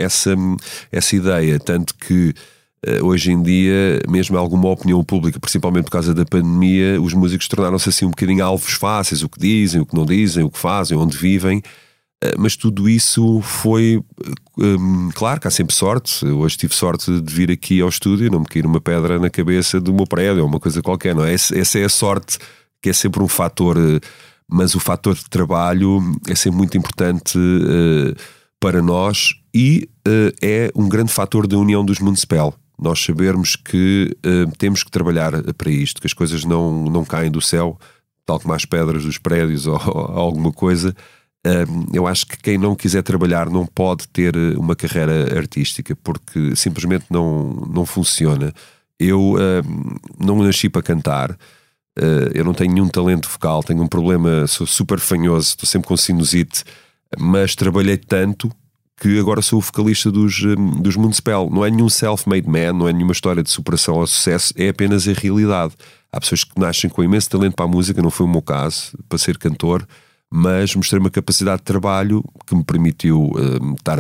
[SPEAKER 2] ideia, tanto que hoje em dia, mesmo alguma opinião pública, principalmente por causa da pandemia, os músicos tornaram-se assim um bocadinho alvos fáceis, o que dizem, o que não dizem, o que fazem, onde vivem. Mas tudo isso foi... claro que há sempre sorte. Eu hoje tive sorte de vir aqui ao estúdio e não me cair uma pedra na cabeça do meu prédio ou uma coisa qualquer, não é? Essa é a sorte, que é sempre um fator, mas o fator de trabalho é sempre muito importante para nós e é um grande fator da união dos Municipal. Nós sabermos que temos que trabalhar para isto, que as coisas não caem do céu, tal como as pedras dos prédios ou alguma coisa. Eu acho que quem não quiser trabalhar não pode ter uma carreira artística, porque simplesmente não funciona. Eu não nasci para cantar, eu não tenho nenhum talento vocal, tenho um problema, sou super fanhoso, estou sempre com sinusite, mas trabalhei tanto que agora sou o vocalista dos Municipal. Não é nenhum self-made man, não é nenhuma história de superação ao sucesso, é apenas a realidade. Há pessoas que nascem com imenso talento para a música, não foi o meu caso, para ser cantor, mas mostrei uma capacidade de trabalho que me permitiu estar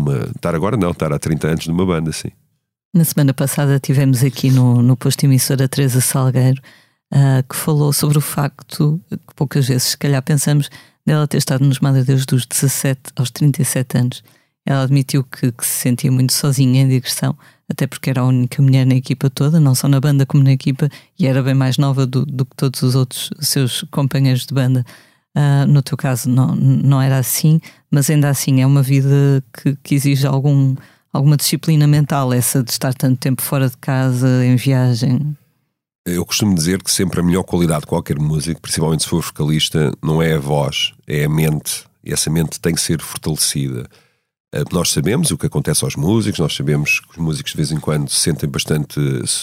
[SPEAKER 2] há 30 anos numa banda, sim.
[SPEAKER 1] Na semana passada tivemos aqui no posto emissor a Teresa Salgueiro, que falou sobre o facto que poucas vezes, se calhar, pensamos dela ter estado nos Madre Deus dos 17 aos 37 anos. Ela admitiu que se sentia muito sozinha em digressão, até porque era a única mulher na equipa toda, não só na banda como na equipa, e era bem mais nova do que todos os outros seus companheiros de banda. No teu caso não era assim, mas ainda assim é uma vida que exige alguma disciplina mental, essa de estar tanto tempo fora de casa, em viagem.
[SPEAKER 2] Eu costumo dizer que sempre a melhor qualidade de qualquer músico, principalmente se for vocalista, não é a voz, é a mente, e essa mente tem que ser fortalecida. Nós sabemos o que acontece aos músicos, nós sabemos que os músicos de vez em quando se sentem bastante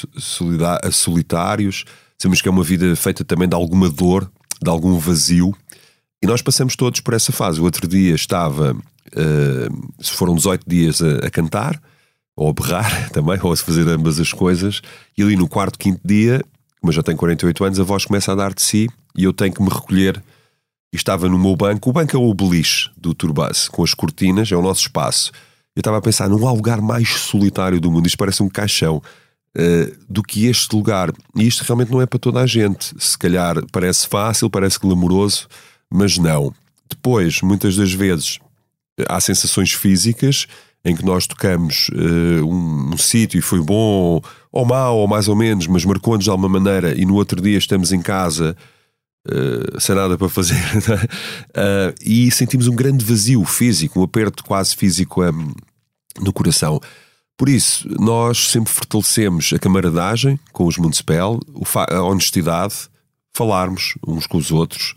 [SPEAKER 2] solitários, sabemos que é uma vida feita também de alguma dor, de algum vazio, e nós passamos todos por essa fase. O outro dia estava, foram 18 dias a cantar, ou a berrar também, ou a fazer ambas as coisas, e ali no quarto, quinto dia, como eu já tenho 48 anos, a voz começa a dar de si, e eu tenho que me recolher. E estava no meu banco, o banco é o beliche do Turbus, com as cortinas, é o nosso espaço. Eu estava a pensar, não há lugar mais solitário do mundo, isto parece um caixão, do que este lugar. E isto realmente não é para toda a gente. Se calhar parece fácil, parece glamouroso, mas não. Depois, muitas das vezes, há sensações físicas em que nós tocamos um sítio e foi bom, ou mau, ou mais ou menos, mas marcou-nos de alguma maneira, e no outro dia estamos em casa... sem nada para fazer, e sentimos um grande vazio físico, um aperto quase físico no coração. Por isso, nós sempre fortalecemos a camaradagem com os Municipal, a honestidade, falarmos uns com os outros,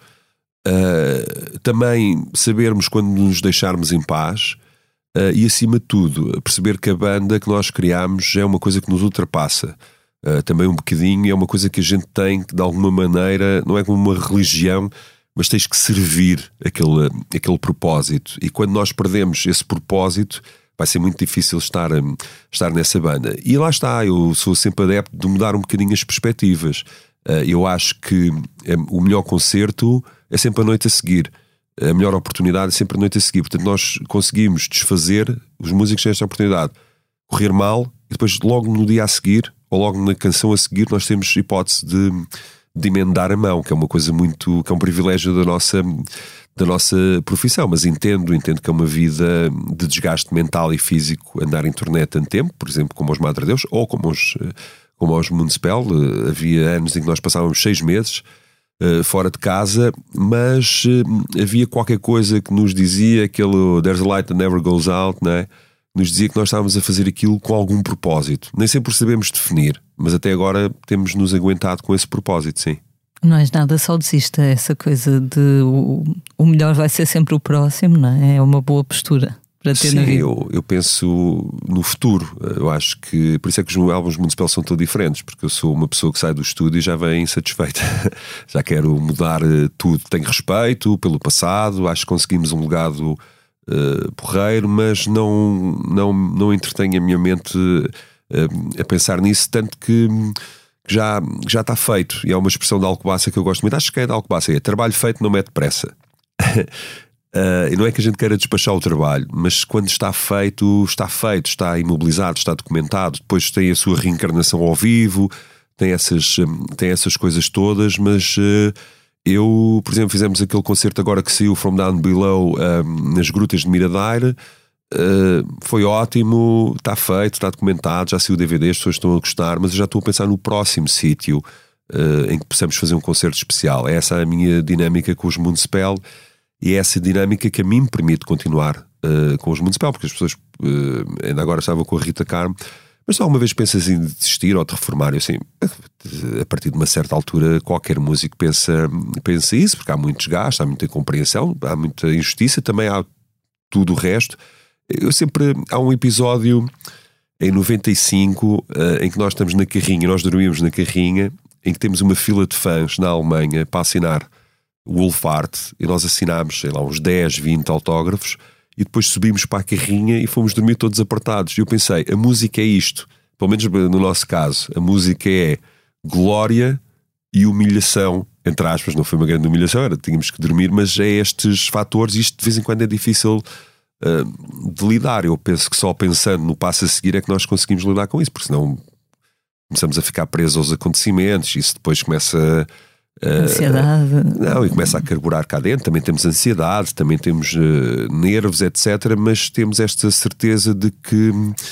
[SPEAKER 2] também sabermos quando nos deixarmos em paz, e acima de tudo, perceber que a banda que nós criamos é uma coisa que nos ultrapassa. Também um bocadinho, é uma coisa que a gente tem que de alguma maneira, não é como uma religião, mas tens que servir aquele propósito, e quando nós perdemos esse propósito vai ser muito difícil estar nessa banda. E lá está, eu sou sempre adepto de mudar um bocadinho as perspectivas. Eu acho que o melhor concerto é sempre a noite a seguir, a melhor oportunidade é sempre a noite a seguir. Portanto, nós conseguimos desfazer os músicos nesta oportunidade, correr mal, e depois logo no dia a seguir ou logo na canção a seguir nós temos hipótese de emendar a mão, que é uma coisa muito, que é um privilégio da nossa profissão, mas entendo que é uma vida de desgaste mental e físico andar em turnê tanto tempo, por exemplo, como os Madre Deus ou como os Municipal. Havia anos em que nós passávamos 6 meses fora de casa, mas havia qualquer coisa que nos dizia, aquele "There's a light that never goes out", não é? Nos dizia que nós estávamos a fazer aquilo com algum propósito. Nem sempre sabemos definir, mas até agora temos-nos aguentado com esse propósito, sim.
[SPEAKER 1] Não és nada saudosista, essa coisa de o melhor vai ser sempre o próximo, não é? É uma boa postura para ter, sim, na vida.
[SPEAKER 2] Eu penso no futuro. Eu acho que, por isso é que os álbuns Municipal são tão diferentes, porque eu sou uma pessoa que sai do estúdio e já vem insatisfeita. Já quero mudar tudo. Tenho respeito pelo passado, acho que conseguimos um legado porreiro, mas não entretenho a minha mente a pensar nisso, tanto que já está feito. E é uma expressão da Alcobaça que eu gosto muito, acho que é da Alcobaça, é trabalho feito não mete pressa. E não é que a gente queira despachar o trabalho, mas quando está feito, está imobilizado, está documentado, depois tem a sua reencarnação ao vivo, tem essas coisas todas, mas eu, por exemplo, fizemos aquele concerto agora que saiu, From Down Below, nas Grutas de Miradeira. Foi ótimo, está feito, está documentado, já saiu o DVD, as pessoas estão a gostar, mas eu já estou a pensar no próximo sítio em que possamos fazer um concerto especial. Essa é a minha dinâmica com os Municipal, e é essa dinâmica que a mim me permite continuar com os Municipal, porque as pessoas, ainda agora estava com a Rita Carmo, mas se alguma vez pensas em desistir ou te reformar, eu assim, a partir de uma certa altura qualquer músico pensa isso, porque há muito desgaste, há muita incompreensão, há muita injustiça, também há tudo o resto. Há um episódio em 95 em que nós estamos na carrinha, nós dormimos na carrinha, em que temos uma fila de fãs na Alemanha para assinar o Wolfart, e nós assinámos, sei lá, uns 10, 20 autógrafos, e depois subimos para a carrinha e fomos dormir todos apertados. E eu pensei, a música é isto, pelo menos no nosso caso, a música é glória e humilhação, entre aspas, não foi uma grande humilhação, tínhamos que dormir, mas é estes fatores, e isto de vez em quando é difícil de lidar. Eu penso que só pensando no passo a seguir é que nós conseguimos lidar com isso, porque senão começamos a ficar presos aos acontecimentos, e isso depois começa
[SPEAKER 1] ansiedade.
[SPEAKER 2] Não, e começa a carburar cá dentro. Também temos ansiedade, também temos nervos, etc. Mas temos esta certeza de que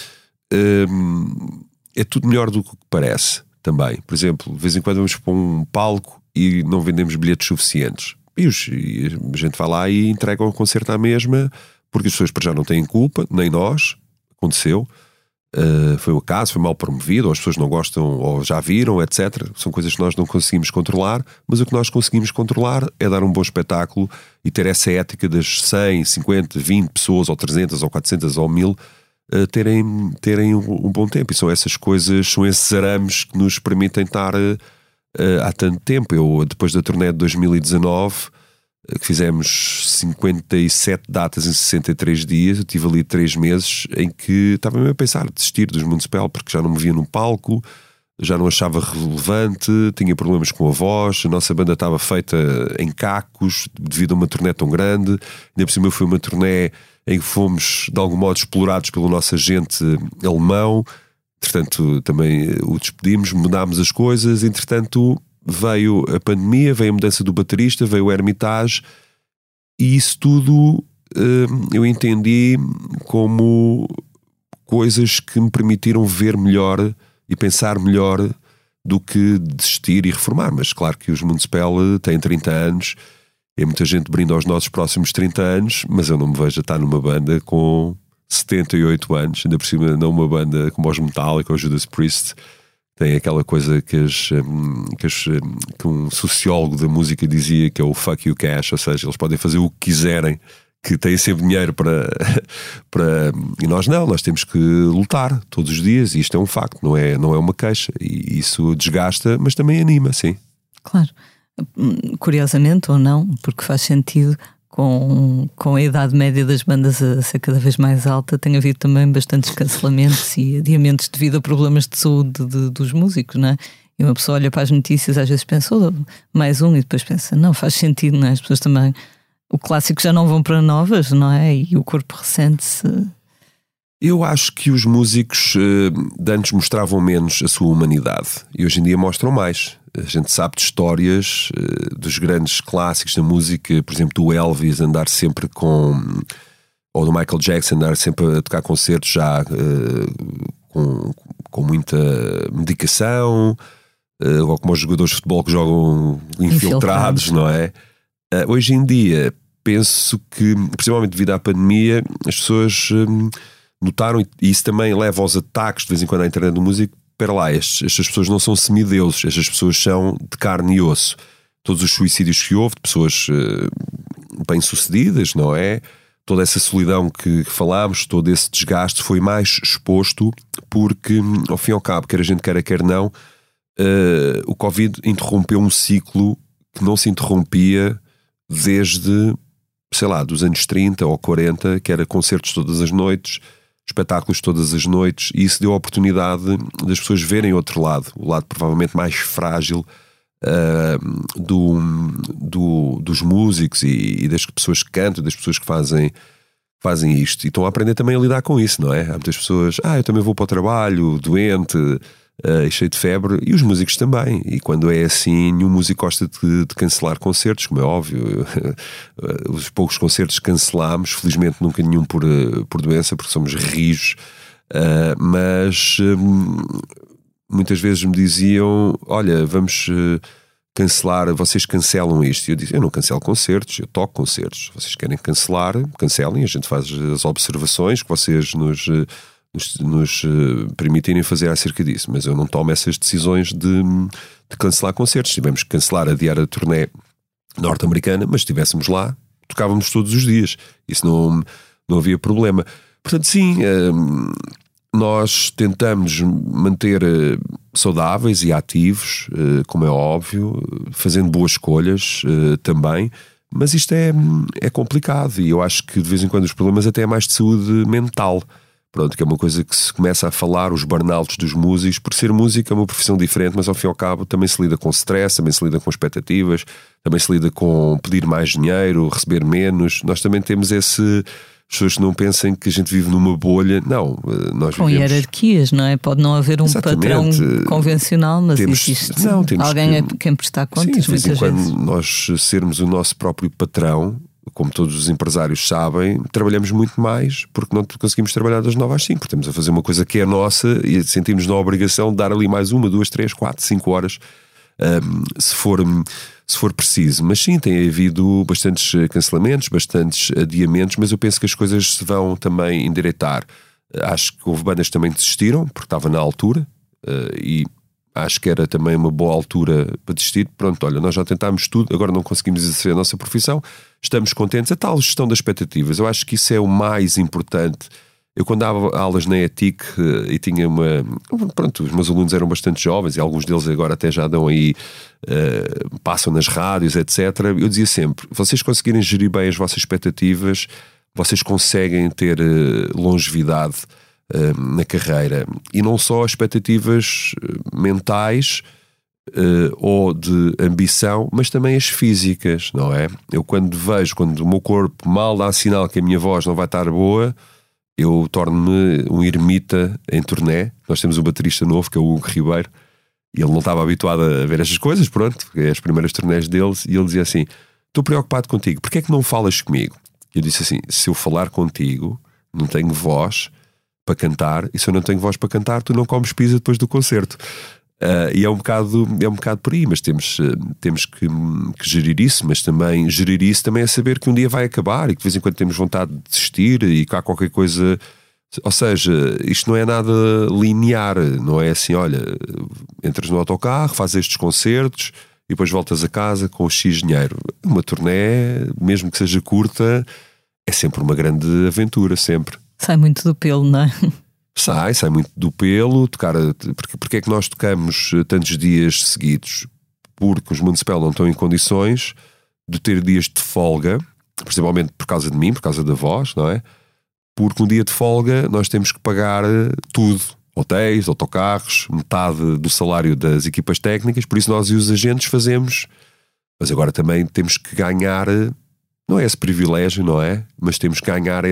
[SPEAKER 2] é tudo melhor do que parece também. Por exemplo, de vez em quando vamos para um palco e não vendemos bilhetes suficientes, e a gente vai lá e entrega o concerto à mesma, porque as pessoas para já não têm culpa, nem nós. Aconteceu, foi o acaso, foi mal promovido, ou as pessoas não gostam, ou já viram, etc. São coisas que nós não conseguimos controlar, mas o que nós conseguimos controlar é dar um bom espetáculo e ter essa ética das 100, 50, 20 pessoas, ou 300, ou 400, ou 1000 terem um bom tempo. E são essas coisas, são esses arames que nos permitem estar há tanto tempo. Eu, depois da turnê de 2019, que fizemos 57 datas em 63 dias, eu tive ali 3 meses em que estava mesmo a pensar em desistir dos Municipal, porque já não me via num palco, já não achava relevante, tinha problemas com a voz, a nossa banda estava feita em cacos devido a uma turnê tão grande. Ainda por cima foi uma turnê em que fomos de algum modo explorados pelo nosso agente alemão. Entretanto também o despedimos, mudámos as coisas. Entretanto veio a pandemia, veio a mudança do baterista, veio o Hermitage, e isso tudo eu entendi como coisas que me permitiram ver melhor e pensar melhor do que desistir e reformar. Mas claro que os Municipal têm 30 anos e muita gente brinda aos nossos próximos 30 anos, mas eu não me vejo a estar numa banda com 78 anos, ainda por cima não uma banda como os Metallica ou Judas Priest. Tem aquela coisa que um sociólogo da música dizia, que é o fuck you cash, ou seja, eles podem fazer o que quiserem, que têm sempre dinheiro para... E nós não, nós temos que lutar todos os dias, e isto é um facto, não é uma queixa, e isso desgasta, mas também anima, sim.
[SPEAKER 1] Claro, curiosamente ou não, porque faz sentido, com a idade média das bandas a ser cada vez mais alta, tem havido também bastantes cancelamentos e adiamentos devido a problemas de saúde dos músicos, não é? E uma pessoa olha para as notícias, às vezes pensa, mais um, e depois pensa, não, faz sentido, não é? As pessoas também, o clássico já não vão para novas, não é? E o corpo ressente-se.
[SPEAKER 2] Eu acho que os músicos de antes mostravam menos a sua humanidade, e hoje em dia mostram mais. A gente sabe de histórias dos grandes clássicos da música, por exemplo, do Elvis andar sempre ou do Michael Jackson andar sempre a tocar concertos já com muita medicação, ou como os jogadores de futebol que jogam infiltrados, não é? Hoje em dia, penso que, principalmente devido à pandemia, as pessoas notaram, e isso também leva aos ataques de vez em quando à internet do músico. Espera lá, estas pessoas não são semideuses, estas pessoas são de carne e osso. Todos os suicídios que houve, de pessoas bem-sucedidas, não é? Toda essa solidão que falámos, todo esse desgaste foi mais exposto porque, ao fim e ao cabo, quer a gente queira, quer não, o Covid interrompeu um ciclo que não se interrompia desde, sei lá, dos anos 30 ou 40, que era concertos todas as noites, espetáculos todas as noites, e isso deu a oportunidade das pessoas verem outro lado, o lado provavelmente mais frágil dos músicos e das pessoas que cantam, das pessoas que fazem isto, e estão a aprender também a lidar com isso, não é? Há muitas pessoas, eu também vou para o trabalho doente e cheio de febre, e os músicos também, e quando é assim, nenhum músico gosta de cancelar concertos, como é óbvio. Os poucos concertos que cancelámos, felizmente nunca nenhum por doença, porque somos rijos, mas muitas vezes me diziam, olha, vamos cancelar, vocês cancelam isto. E eu disse, eu não cancelo concertos, eu toco concertos. Vocês querem cancelar, cancelem, a gente faz as observações que vocês nos permitirem fazer acerca disso, mas eu não tomo essas decisões de cancelar concertos. Tivemos que cancelar, adiar a turnê norte-americana, mas se estivéssemos lá, tocávamos todos os dias, isso não havia problema. Portanto, sim, nós tentamos manter saudáveis e ativos, como é óbvio, fazendo boas escolhas também, mas isto é complicado, e eu acho que de vez em quando os problemas até é mais de saúde mental. Pronto, que é uma coisa que se começa a falar, os burnouts dos músicos, por ser música é uma profissão diferente, mas ao fim e ao cabo também se lida com stress, também se lida com expectativas, também se lida com pedir mais dinheiro, receber menos. Nós também temos as pessoas que não pensem que a gente vive numa bolha. Não, nós
[SPEAKER 1] com
[SPEAKER 2] vivemos...
[SPEAKER 1] hierarquias, não é? Pode não haver um patrão convencional, mas existe alguém a quem prestar contas.
[SPEAKER 2] Sim, de vez em quando nós sermos o nosso próprio patrão, como todos os empresários sabem, trabalhamos muito mais porque não conseguimos trabalhar das 9 às 5. Estamos a fazer uma coisa que é nossa e sentimos na obrigação de dar ali mais 1, 2, 3, 4, 5 horas, se for preciso. Mas sim, tem havido bastantes cancelamentos, bastantes adiamentos, mas eu penso que as coisas se vão também endireitar. Acho que houve bandas que também desistiram porque estava na altura, e acho que era também uma boa altura para desistir. Pronto, olha, nós já tentámos tudo, agora não conseguimos exercer a nossa profissão, estamos contentes. A tal gestão das expectativas, eu acho que isso é o mais importante. Eu quando dava aulas na ETIC e tinha os meus alunos eram bastante jovens e alguns deles agora até já dão aí, passam nas rádios, etc. Eu dizia sempre, vocês conseguirem gerir bem as vossas expectativas, vocês conseguem ter longevidade na carreira, e não só expectativas mentais ou de ambição, mas também as físicas, não é? Eu quando o meu corpo mal dá sinal que a minha voz não vai estar boa, eu torno-me um ermita em turnê. Nós temos um baterista novo que é o Hugo Ribeiro, e ele não estava habituado a ver estas coisas, pronto, é as primeiras turnés deles, e ele dizia assim, estou preocupado contigo, porque é que não falas comigo? Eu disse assim, se eu falar contigo, não tenho voz para cantar, e se eu não tenho voz para cantar, tu não comes pizza depois do concerto. E é um bocado por aí, mas temos que gerir isso, mas também gerir isso também é saber que um dia vai acabar e que de vez em quando temos vontade de desistir e que há qualquer coisa. Ou seja, isto não é nada linear, não é assim, olha, entras no autocarro, fazes estes concertos e depois voltas a casa com o X dinheiro. Uma turnê, mesmo que seja curta, é sempre uma grande aventura, sempre.
[SPEAKER 1] Sai muito do pelo, não é?
[SPEAKER 2] Sai muito do pelo. Porque é que nós tocamos tantos dias seguidos? Porque os Municipal não estão em condições de ter dias de folga, principalmente por causa de mim, por causa da voz, não é? Porque um dia de folga nós temos que pagar tudo, hotéis, autocarros, metade do salário das equipas técnicas, por isso nós e os agentes fazemos, mas agora também temos que ganhar, não é esse privilégio, não é? Mas temos que ganhar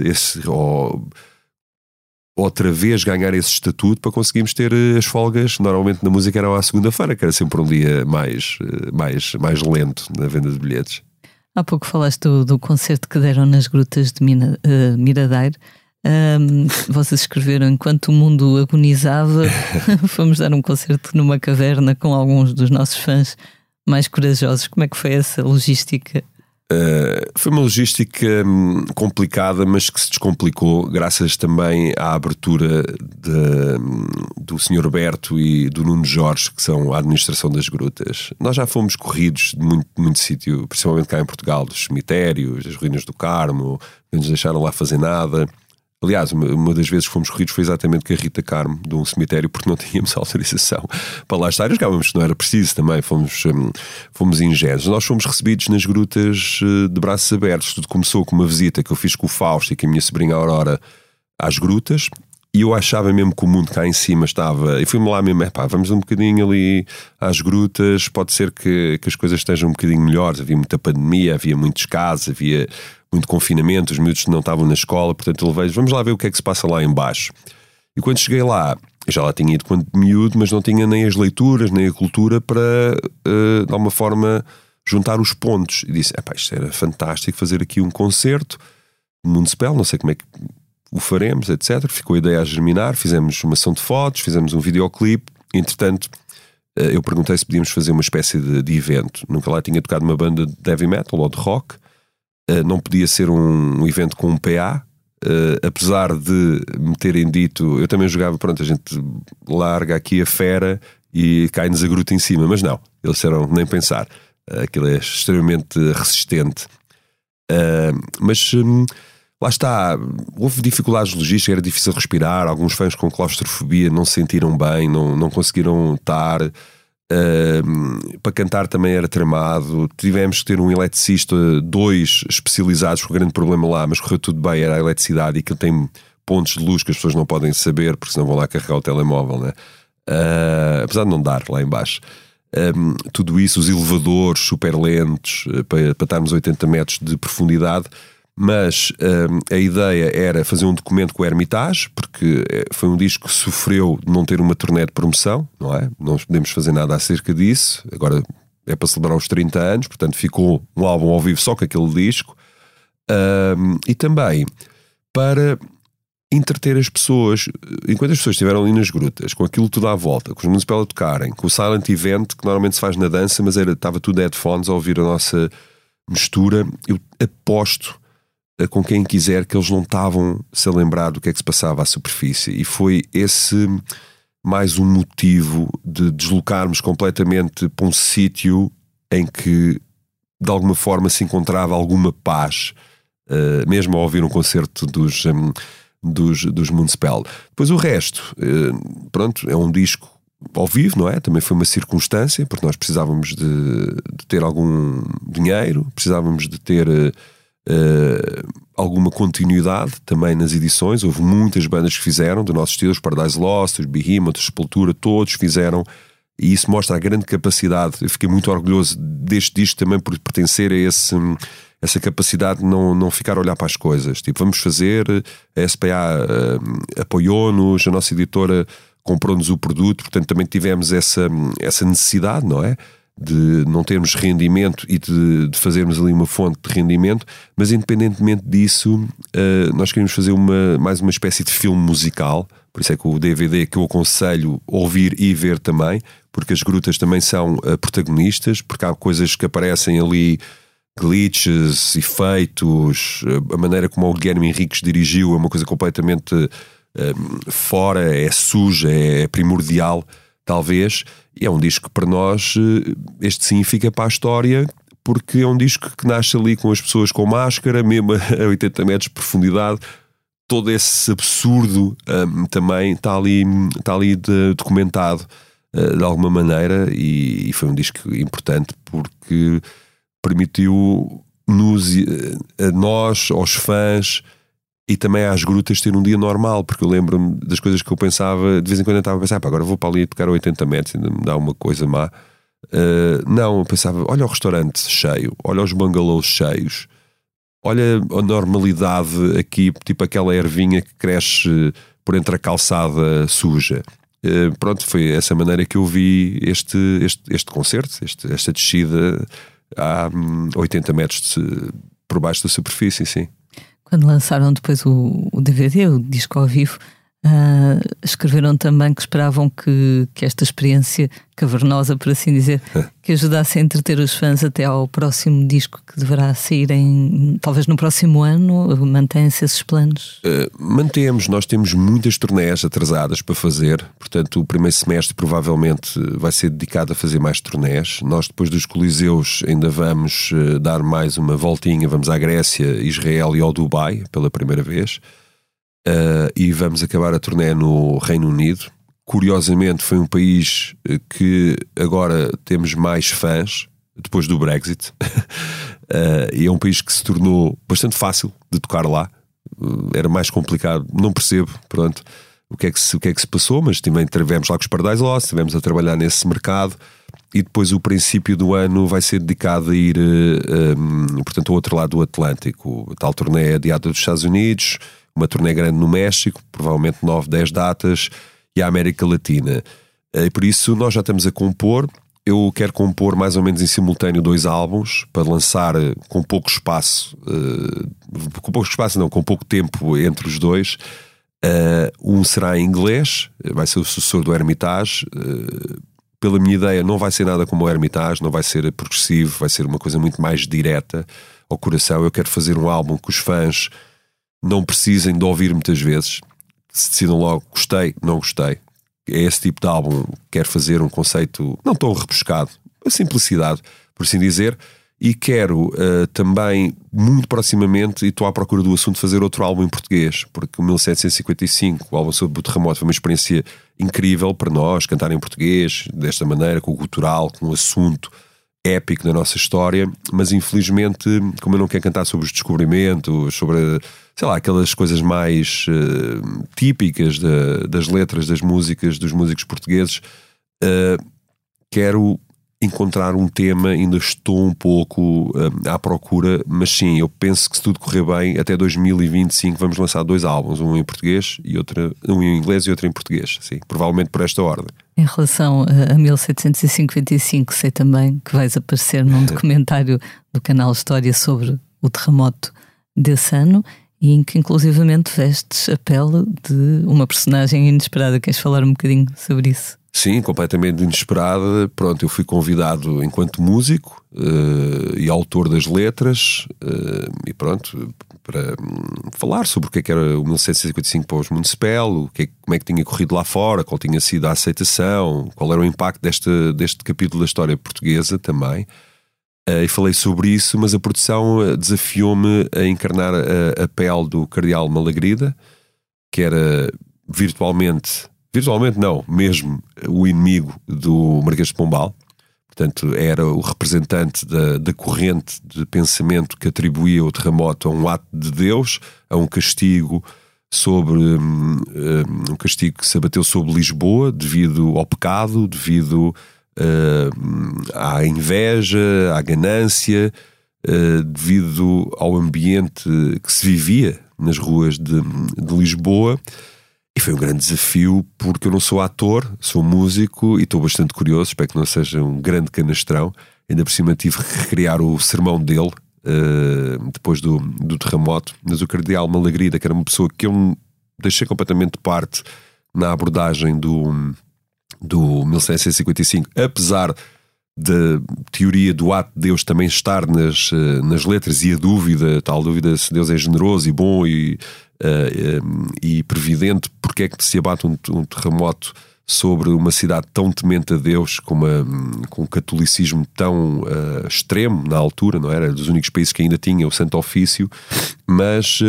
[SPEAKER 2] outra vez ganhar esse estatuto para conseguirmos ter as folgas. Normalmente na música eram à segunda-feira, que era sempre um dia mais lento na venda de bilhetes.
[SPEAKER 1] Há pouco falaste do concerto que deram nas grutas de Miradeiro. Vocês escreveram, enquanto o mundo agonizava, fomos dar um concerto numa caverna com alguns dos nossos fãs mais corajosos. Como é que foi essa logística?
[SPEAKER 2] Foi uma logística complicada, mas que se descomplicou graças também à abertura do Sr. Berto e do Nuno Jorge, que são a administração das grutas. Nós já fomos corridos de muito sítio, principalmente cá em Portugal, dos cemitérios, das ruínas do Carmo, não nos deixaram lá fazer nada. Aliás, uma das vezes que fomos corridos foi exatamente com a Rita Carmo, de um cemitério, porque não tínhamos autorização para lá estar. Acabamos que não era preciso também, fomos ingênuos. Nós fomos recebidos nas grutas de braços abertos. Tudo começou com uma visita que eu fiz com o Fausto e com a minha sobrinha Aurora às grutas, E eu achava mesmo que o mundo cá em cima estava. E fui-me lá mesmo, vamos um bocadinho ali às grutas, pode ser que as coisas estejam um bocadinho melhores. Havia muita pandemia, havia muitos casos, havia muito confinamento, os miúdos não estavam na escola, portanto eu levei, vamos lá ver o que é que se passa lá em baixo. E quando cheguei lá, eu já lá tinha ido quando miúdo, mas não tinha nem as leituras, nem a cultura para, de alguma forma, juntar os pontos. E disse, isto era fantástico fazer aqui um concerto municipal, não sei como é que o faremos, etc. Ficou a ideia a germinar, fizemos uma sessão de fotos, fizemos um videoclipe. Entretanto, eu perguntei se podíamos fazer uma espécie de evento. Nunca lá tinha tocado uma banda de heavy metal ou de rock. Não podia ser um evento com um PA. Apesar de me terem dito, eu também jogava, pronto, a gente larga aqui a fera e cai-nos a gruta em cima, mas não, eles disseram nem pensar, aquilo é extremamente resistente. Mas lá está, houve dificuldades logísticas, era difícil respirar, alguns fãs com claustrofobia não se sentiram bem, não conseguiram estar. Para cantar também era tramado. Tivemos que ter um eletricista, 2 especializados, com um grande problema lá, mas correu tudo bem, era a eletricidade, e que tem pontos de luz que as pessoas não podem saber, porque senão vão lá carregar o telemóvel, né? Apesar de não dar lá em baixo. Tudo isso, os elevadores super lentos para estarmos a 80 metros de profundidade. Mas a ideia era fazer um documento com o Hermitage, porque foi um disco que sofreu de não ter uma turnê de promoção, não é? Não podemos fazer nada acerca disso. Agora é para celebrar os 30 anos, portanto ficou um álbum ao vivo só com aquele disco. E também para entreter as pessoas, enquanto as pessoas estiveram ali nas grutas, com aquilo tudo à volta, com os municipais a tocarem, com o silent event, que normalmente se faz na dança, mas estava tudo headphones a ouvir a nossa mistura. Eu aposto com quem quiser que eles não estavam-se a lembrar do que é que se passava à superfície, e foi esse mais um motivo de deslocarmos completamente para um sítio em que de alguma forma se encontrava alguma paz, mesmo ao ouvir um concerto dos Municipal. Depois o resto, pronto, é um disco ao vivo, não é? Também foi uma circunstância, porque nós precisávamos de ter algum dinheiro, precisávamos de ter alguma continuidade também nas edições. Houve muitas bandas que fizeram do nosso estilo, os Paradise Lost, os Behemoth, os Sepultura, todos fizeram, e isso mostra a grande capacidade. Eu fiquei muito orgulhoso deste disco também por pertencer a essa capacidade de não ficar a olhar para as coisas, tipo, vamos fazer, a SPA apoiou-nos, a nossa editora comprou-nos o produto, portanto também tivemos essa necessidade, não é? De não termos rendimento e de fazermos ali uma fonte de rendimento, mas independentemente disso, nós queríamos fazer mais uma espécie de filme musical. Por isso é que o DVD, que eu aconselho ouvir e ver também, porque as grutas também são protagonistas, porque há coisas que aparecem ali, glitches, efeitos, a maneira como o Guilherme Henriques dirigiu é uma coisa completamente fora, é suja, é primordial, talvez. E é um disco que para nós, este sim fica para a história, porque é um disco que nasce ali com as pessoas com máscara, mesmo a 80 metros de profundidade. Todo esse absurdo também está ali documentado de alguma maneira, e foi um disco importante porque permitiu-nos, a nós, aos fãs e também às grutas, ter um dia normal, porque eu lembro-me das coisas que eu pensava, de vez em quando eu estava a pensar, agora vou para ali tocar a 80 metros, ainda me dá uma coisa má. Não, eu pensava, olha o restaurante cheio, olha os bungalows cheios, olha a normalidade aqui, tipo aquela ervinha que cresce por entre a calçada suja. Pronto, foi essa maneira que eu vi este concerto, esta descida a 80 metros por baixo da superfície, sim.
[SPEAKER 1] Quando lançaram depois o DVD, o disco ao vivo, escreveram também que esperavam que esta experiência cavernosa, por assim dizer, que ajudasse a entreter os fãs até ao próximo disco que deverá sair talvez no próximo ano. Mantêm-se esses planos?
[SPEAKER 2] Mantemos, nós temos muitas turnés atrasadas para fazer, portanto o primeiro semestre provavelmente vai ser dedicado a fazer mais turnés. Nós depois dos Coliseus ainda vamos dar mais uma voltinha, vamos à Grécia, Israel e ao Dubai pela primeira vez. E vamos acabar a turnê no Reino Unido. Curiosamente foi um país que agora temos mais fãs depois do Brexit. E é um país que se tornou bastante fácil de tocar lá. Era mais complicado, não percebo, pronto. o que é que se passou, mas também estivemos lá com os Paradise Lost, estivemos a trabalhar nesse mercado, e depois o princípio do ano vai ser dedicado a ir, portanto, ao outro lado do Atlântico. A tal turnê adiada dos Estados Unidos, uma turnê grande no México, provavelmente 9, 10 datas, e a América Latina. E por isso nós já estamos a compor. Eu quero compor mais ou menos em simultâneo 2 álbuns para lançar com pouco espaço, com pouco tempo entre os dois. Um será em inglês, vai ser o sucessor do Hermitage. Pela minha ideia, não vai ser nada como o Hermitage, não vai ser progressivo, vai ser uma coisa muito mais direta ao coração. Eu quero fazer um álbum que os fãs não precisem de ouvir muitas vezes, se decidam logo, gostei, não gostei. É esse tipo de álbum. Quero fazer um conceito não tão rebuscado, a simplicidade, por assim dizer. E quero também, muito proximamente, e estou à procura do assunto, fazer outro álbum em português, porque o 1755, o álbum sobre o terremoto, foi uma experiência incrível para nós, cantar em português, desta maneira, com o gutural, com um assunto épico da nossa história. Mas infelizmente, como eu não quero cantar sobre os descobrimentos, sobre, sei lá, aquelas coisas mais típicas das letras das músicas, dos músicos portugueses, quero encontrar um tema. Ainda estou um pouco à procura, mas sim, eu penso que se tudo correr bem, até 2025 vamos lançar 2 álbuns, um em português e um em inglês e outro em português, sim, provavelmente por esta ordem.
[SPEAKER 1] Em relação a 1755, sei também que vais aparecer num documentário do canal História sobre o terremoto desse ano, e em que inclusivamente vestes a pele de uma personagem inesperada. Queres falar um bocadinho sobre isso?
[SPEAKER 2] Sim, completamente inesperada. Pronto, eu fui convidado enquanto músico e autor das letras, e pronto, para falar sobre o que era o 1755 para os Municipal, como é que tinha corrido lá fora, qual tinha sido a aceitação, qual era o impacto deste capítulo da história portuguesa também. E falei sobre isso, mas a produção desafiou-me a encarnar a pele do Cardeal Malagrida, que era virtualmente não, mesmo o inimigo do Marquês de Pombal. Portanto, era o representante da corrente de pensamento que atribuía o terremoto a um ato de Deus, a um castigo um castigo que se abateu sobre Lisboa devido ao pecado, devido à inveja, à ganância, devido ao ambiente que se vivia nas ruas de Lisboa. E foi um grande desafio, porque eu não sou ator, sou músico e estou bastante curioso, espero que não seja um grande canastrão. Ainda por cima tive que recriar o sermão dele depois do terremoto. Mas o Cardeal Malagrida, que era uma pessoa que eu deixei completamente de parte na abordagem do 1755, apesar da teoria do ato de Deus também estar nas letras, e a tal dúvida se Deus é generoso e bom e previdente, porque é que se abate um terremoto sobre uma cidade tão temente a Deus, com um catolicismo tão extremo na altura, não era? Dos únicos países que ainda tinha o Santo Ofício. Mas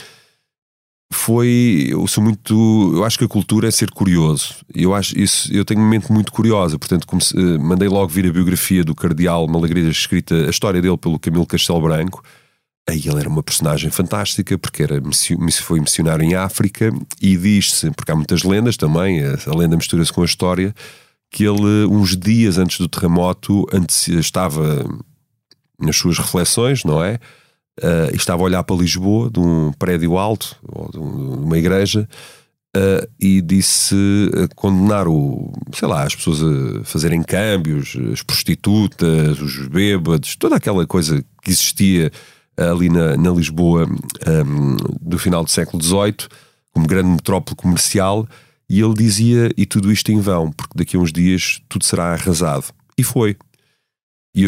[SPEAKER 2] eu acho que a cultura é ser curioso. Eu tenho uma mente muito curiosa, portanto mandei logo vir a biografia do Cardeal Malagrida, escrita, a história dele pelo Camilo Castelo Branco. Aí ele era uma personagem fantástica, porque foi missionário em África, e diz-se, porque há muitas lendas também, a lenda mistura-se com a história, que ele, uns dias antes do terremoto, estava nas suas reflexões, não é? Estava a olhar para Lisboa, de um prédio alto, ou de uma igreja, e disse condenar as pessoas a fazerem câmbios, as prostitutas, os bêbados, toda aquela coisa que existia ali na Lisboa do final do século XVIII, como grande metrópole comercial. E ele dizia, e tudo isto em vão, porque daqui a uns dias tudo será arrasado. E foi. E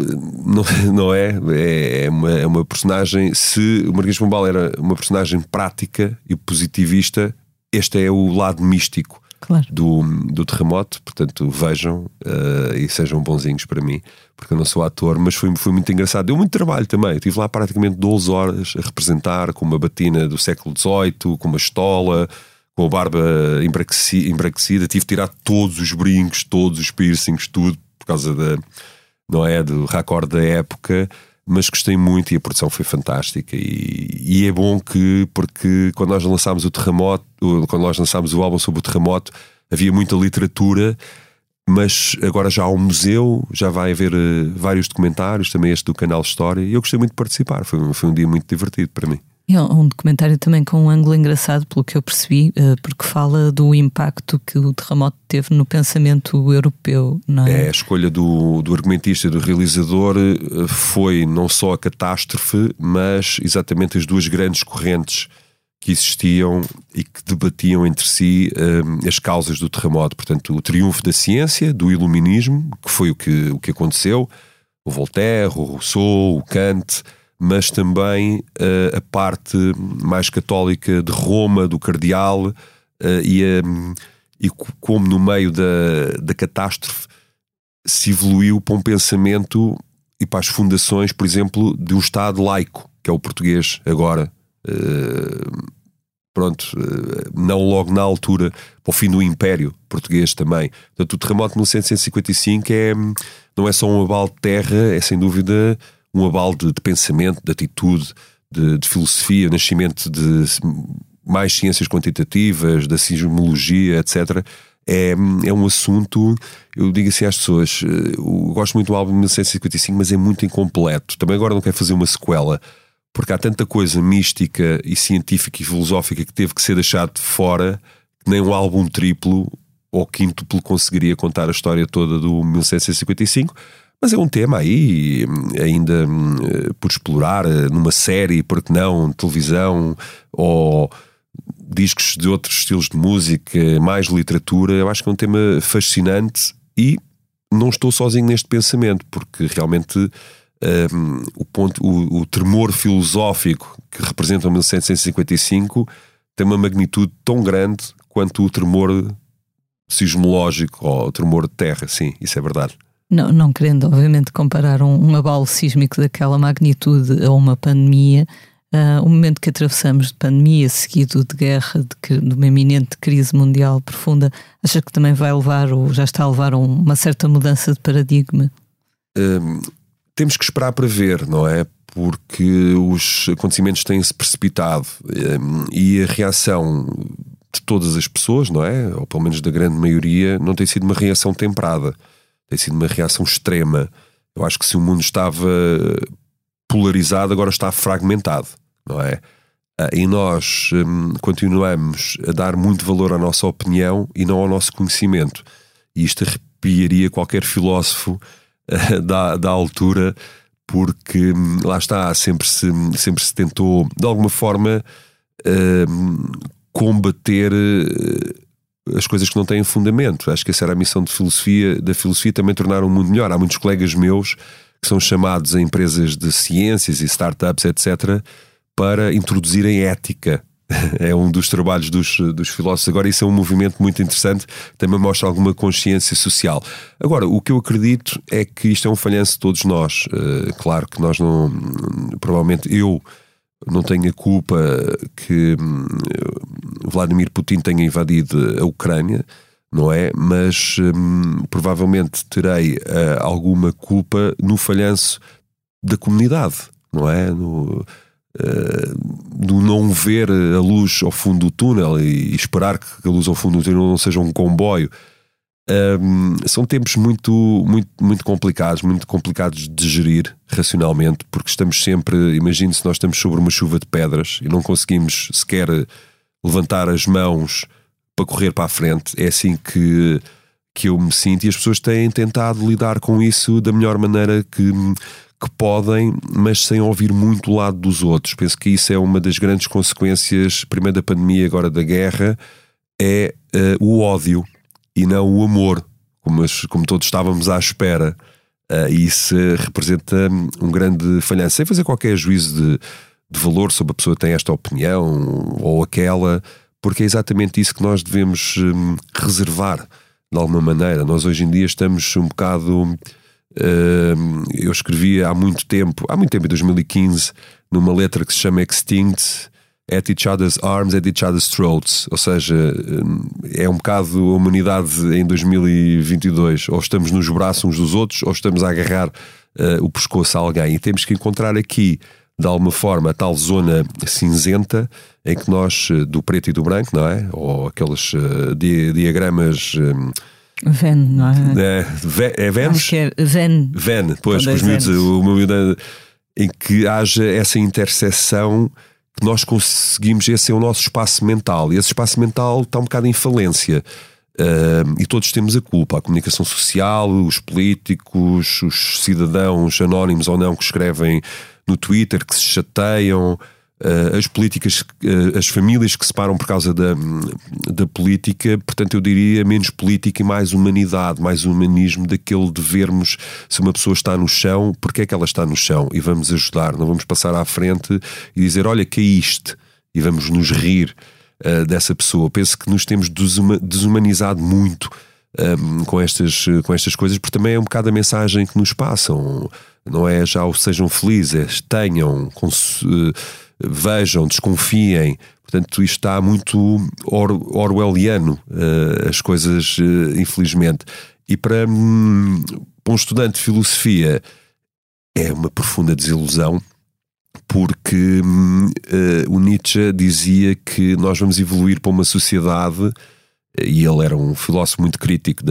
[SPEAKER 2] é uma personagem. Se o Marquês de Pombal era uma personagem prática e positivista, este é o lado místico, claro, do terremoto. Portanto, vejam e sejam bonzinhos para mim, porque eu não sou ator, mas foi muito engraçado. Deu muito trabalho também. Eu estive lá praticamente 12 horas a representar, com uma batina do século XVIII, com uma estola, com a barba embranquecida. Tive de tirar todos os brincos, todos os piercings, tudo, por causa do raccord da época. mas gostei muito e a produção foi fantástica. E é bom porque quando nós lançámos quando nós lançámos o álbum sobre o terremoto, havia muita literatura, mas agora já há um museu, já vai haver vários documentários, também este do Canal História, e eu gostei muito de participar. Foi um dia muito divertido para mim.
[SPEAKER 1] É um documentário também com um ângulo engraçado, pelo que eu percebi, porque fala do impacto que o terremoto teve no pensamento europeu, não é?
[SPEAKER 2] A escolha do argumentista e do realizador foi não só a catástrofe, mas exatamente as duas grandes correntes que existiam e que debatiam entre si as causas do terremoto. Portanto, o triunfo da ciência, do iluminismo, que foi o que aconteceu, o Voltaire, o Rousseau, o Kant, mas também a parte mais católica de Roma, do cardeal, e como no meio da catástrofe se evoluiu para um pensamento e para as fundações, por exemplo, de um Estado laico, que é o português agora. Não logo na altura, para o fim do Império Português também. Portanto, o terremoto de 1755 não é só um abalo de terra, é sem dúvida um abalo de pensamento, de atitude, de filosofia, o nascimento de mais ciências quantitativas, da sismologia, etc. É um assunto, eu digo assim às pessoas, eu gosto muito do álbum de 1955, mas é muito incompleto. Também agora não quero fazer uma sequela, porque há tanta coisa mística e científica e filosófica que teve que ser deixado de fora, que nem um álbum triplo ou quíntuplo conseguiria contar a história toda do 1755. Mas é um tema aí ainda por explorar numa série, porque não, televisão ou discos de outros estilos de música, mais literatura. Eu acho que é um tema fascinante e não estou sozinho neste pensamento, porque realmente o tremor filosófico que representa o 1755 tem uma magnitude tão grande quanto o tremor sismológico ou o tremor de terra. Sim, isso é verdade.
[SPEAKER 1] Não querendo, obviamente, comparar um abalo sísmico daquela magnitude a uma pandemia, o momento que atravessamos de pandemia, seguido de guerra, de uma iminente crise mundial profunda, acha que também vai levar, ou já está a levar, a uma certa mudança de paradigma?
[SPEAKER 2] Temos que esperar para ver, não é? Porque os acontecimentos têm-se precipitado e a reação de todas as pessoas, não é? Ou pelo menos da grande maioria, não tem sido uma reação temperada. Tem sido uma reação extrema. Eu acho que se o mundo estava polarizado, agora está fragmentado, não é? E nós continuamos a dar muito valor à nossa opinião e não ao nosso conhecimento. E isto arrepiaria qualquer filósofo da altura, porque lá está, sempre se tentou, de alguma forma, combater as coisas que não têm fundamento. Acho que essa era a missão da filosofia, também tornar o mundo melhor. Há muitos colegas meus que são chamados a empresas de ciências e startups, etc., para introduzirem ética. É um dos trabalhos dos filósofos. Agora, isso é um movimento muito interessante, também mostra alguma consciência social. Agora, o que eu acredito é que isto é um falhanço de todos nós. Claro que nós não... Provavelmente eu não tenho a culpa que Vladimir Putin tenha invadido a Ucrânia, não é? Mas provavelmente terei alguma culpa no falhanço da comunidade, não é? Do não ver a luz ao fundo do túnel e esperar que a luz ao fundo do túnel não seja um comboio. São tempos muito, muito, muito complicados de gerir racionalmente, porque estamos sempre, imagine se nós estamos sobre uma chuva de pedras e não conseguimos sequer levantar as mãos para correr para a frente. É assim que eu me sinto, e as pessoas têm tentado lidar com isso da melhor maneira que podem, mas sem ouvir muito o lado dos outros. Penso que isso é uma das grandes consequências, primeiro da pandemia, agora da guerra, é o ódio e não o amor, como todos estávamos à espera. E isso representa um grande falhanço, sem fazer qualquer juízo de valor sobre a pessoa que tem esta opinião ou aquela, porque é exatamente isso que nós devemos reservar de alguma maneira. Nós hoje em dia estamos um bocado... eu escrevi há muito tempo, em 2015, numa letra que se chama Extinct, at each other's arms, at each other's throats. Ou seja, é um bocado a humanidade em 2022. Ou estamos nos braços uns dos outros, ou estamos a agarrar o pescoço a alguém, e temos que encontrar aqui de alguma forma a tal zona cinzenta em que nós, do preto e do branco, não é? Ou aqueles diagramas
[SPEAKER 1] Venn, não é?
[SPEAKER 2] É Venn?
[SPEAKER 1] Acho que é Venn.
[SPEAKER 2] Venn, pois, os miúdos, em que haja essa interseção, que nós conseguimos, esse é o nosso espaço mental, e esse espaço mental está um bocado em falência. E todos temos a culpa, a comunicação social, os políticos, os cidadãos anónimos ou não que escrevem no Twitter, que se chateiam, as políticas, as famílias que se separam por causa da política. Portanto, eu diria menos política e mais humanidade, mais humanismo, daquele de vermos se uma pessoa está no chão, porque é que ela está no chão, e vamos ajudar, não vamos passar à frente e dizer, olha, caíste, e vamos nos rir dessa pessoa. Penso que nos temos desumanizado muito com estas coisas, porque também é um bocado a mensagem que nos passam, não é já o sejam felizes, tenham, vejam, desconfiem. Portanto, isto está muito orwelliano, as coisas, infelizmente. E para um estudante de filosofia é uma profunda desilusão, porque o Nietzsche dizia que nós vamos evoluir para uma sociedade, e ele era um filósofo muito crítico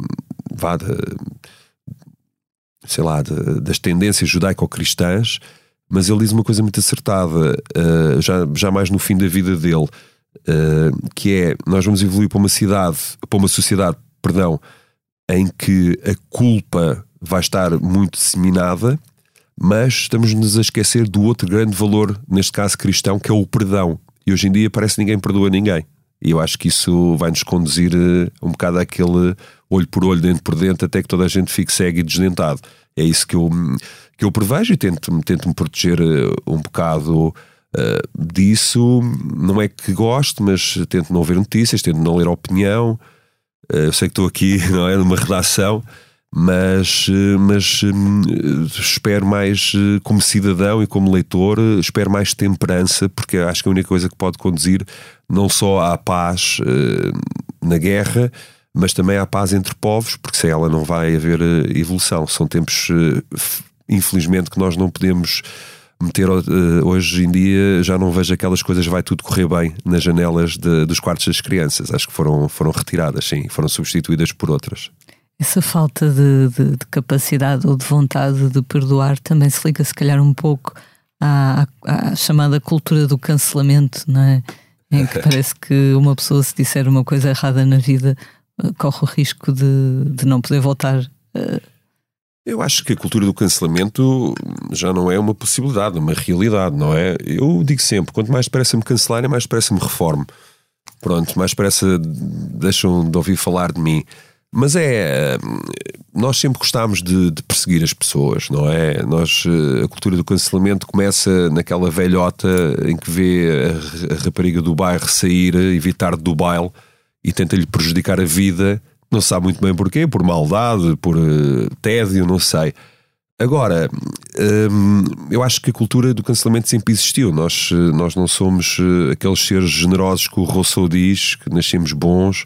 [SPEAKER 2] das tendências judaico-cristãs, mas ele diz uma coisa muito acertada, já mais no fim da vida dele, que é, nós vamos evoluir para uma sociedade, em que a culpa vai estar muito disseminada, mas estamos-nos a esquecer do outro grande valor, neste caso cristão, que é o perdão. E hoje em dia parece que ninguém perdoa ninguém. E eu acho que isso vai nos conduzir um bocado àquele olho por olho, dente por dente, até que toda a gente fique cego e desdentado. É isso que eu prevejo, e tento-me proteger um bocado disso. Não é que gosto, mas tento não ver notícias, tento não ler opinião. Eu sei que estou aqui, não é, numa redação, mas espero mais, como cidadão e como leitor, espero mais temperança, porque acho que é a única coisa que pode conduzir não só à paz na guerra, mas também à paz entre povos, porque sem ela não vai haver evolução. São tempos, infelizmente, que nós não podemos meter. Hoje em dia já não vejo aquelas coisas, vai tudo correr bem nas janelas dos quartos das crianças. Acho que foram retiradas, sim, foram substituídas por outras.
[SPEAKER 1] Essa falta de capacidade ou de vontade de perdoar também se liga, se calhar, um pouco à chamada cultura do cancelamento, não é? Em que parece que uma pessoa, se disser uma coisa errada na vida, corre o risco de não poder voltar.
[SPEAKER 2] Eu acho que a cultura do cancelamento já não é uma possibilidade, é uma realidade, não é? Eu digo sempre, quanto mais depressa me cancelarem, mais depressa me reformo. Pronto, mais depressa deixam de ouvir falar de mim. Mas nós sempre gostámos de perseguir as pessoas, não é? A cultura do cancelamento começa naquela velhota em que vê a rapariga do bairro sair, evitar do baile, e tenta-lhe prejudicar a vida, não se sabe muito bem porquê, por maldade, por tédio, não sei. Agora, eu acho que a cultura do cancelamento sempre existiu. Nós não somos aqueles seres generosos que o Rousseau diz, que nascemos bons,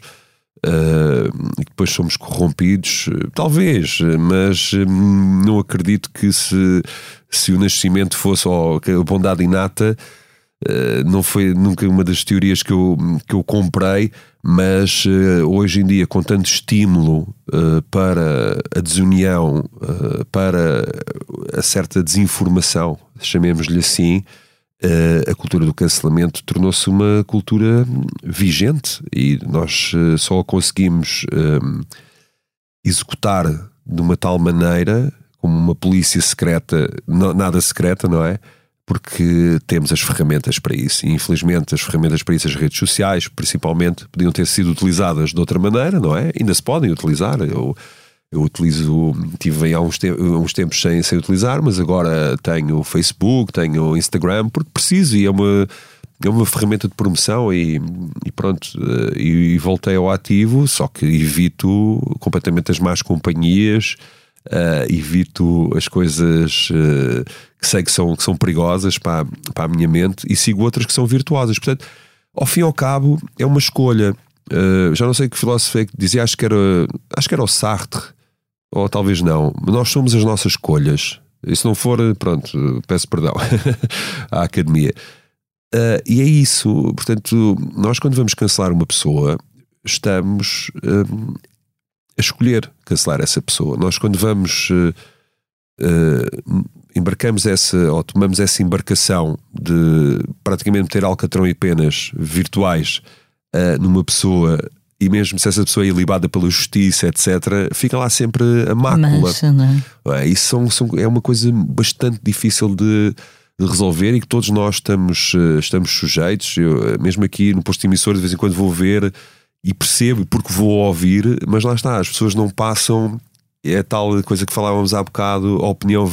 [SPEAKER 2] e depois somos corrompidos, talvez, mas não acredito que se o nascimento fosse a bondade inata. Não foi nunca uma das teorias que eu comprei, mas hoje em dia, com tanto estímulo para a desunião, para a certa desinformação, chamemos-lhe assim, a cultura do cancelamento tornou-se uma cultura vigente, e nós só a conseguimos executar de uma tal maneira, como uma polícia secreta, nada secreta, não é? Porque temos as ferramentas para isso, e infelizmente as ferramentas para isso, as redes sociais principalmente, podiam ter sido utilizadas de outra maneira, não é? Ainda se podem utilizar. Eu tive há uns tempos sem utilizar, mas agora tenho o Facebook, tenho o Instagram, porque preciso, e é uma ferramenta de promoção, e pronto, e voltei ao ativo, só que evito completamente as más companhias, evito as coisas que sei que são perigosas para a minha mente, e sigo outras que são virtuosas. Portanto, ao fim e ao cabo, é uma escolha. Já não sei que filósofo é que dizia, acho que era o Sartre, ou talvez não. Nós somos as nossas escolhas. E se não for, pronto, peço perdão à academia. E é isso. Portanto, nós quando vamos cancelar uma pessoa, estamos a escolher cancelar essa pessoa. Nós quando vamos embarcamos ou tomamos essa embarcação de praticamente ter alcatrão e penas virtuais numa pessoa, e mesmo se essa pessoa é ilibada pela justiça, etc., fica lá sempre a mácula.
[SPEAKER 1] Mancha, não é?
[SPEAKER 2] Isso é uma coisa bastante difícil de resolver, e que todos nós estamos sujeitos. Eu, mesmo aqui no posto emissor, de vez em quando vou ver e percebo, porque vou ouvir, mas lá está, as pessoas não passam. É a tal coisa que falávamos há bocado, opinião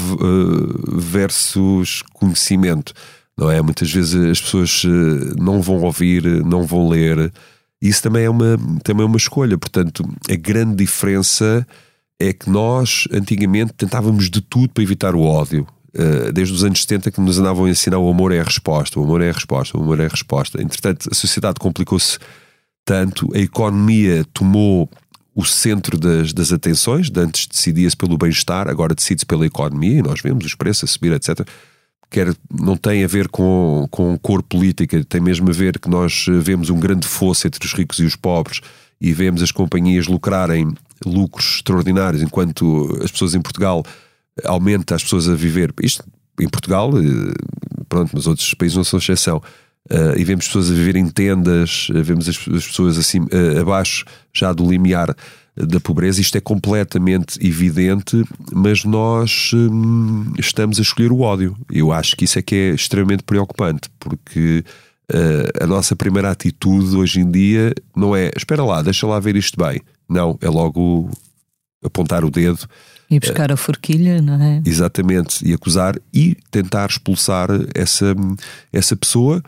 [SPEAKER 2] versus conhecimento, não é? Muitas vezes as pessoas não vão ouvir, não vão ler. Isso também é uma escolha. Portanto, a grande diferença é que nós antigamente tentávamos de tudo para evitar o ódio. Desde os anos 70 que nos andavam a ensinar o amor é a resposta, o amor é a resposta, o amor é a resposta. Entretanto, a sociedade complicou-se tanto, a economia tomou o centro das atenções. De antes decidia-se pelo bem-estar, agora decide-se pela economia, e nós vemos os preços a subir, etc. Não tem a ver com cor política, tem mesmo a ver que nós vemos um grande fosso entre os ricos e os pobres, e vemos as companhias lucrarem lucros extraordinários, enquanto as pessoas em Portugal aumenta as pessoas a viver. Isto em Portugal, pronto, mas outros países não são exceção. E vemos pessoas a viver em tendas, vemos as pessoas assim abaixo já do limiar da pobreza. Isto é completamente evidente, mas nós estamos a escolher o ódio. Eu acho que isso é que é extremamente preocupante, porque a nossa primeira atitude hoje em dia não é espera lá, deixa lá ver isto bem. Não, é logo apontar o dedo
[SPEAKER 1] e buscar a forquilha, não é?
[SPEAKER 2] Exatamente, e acusar e tentar expulsar essa pessoa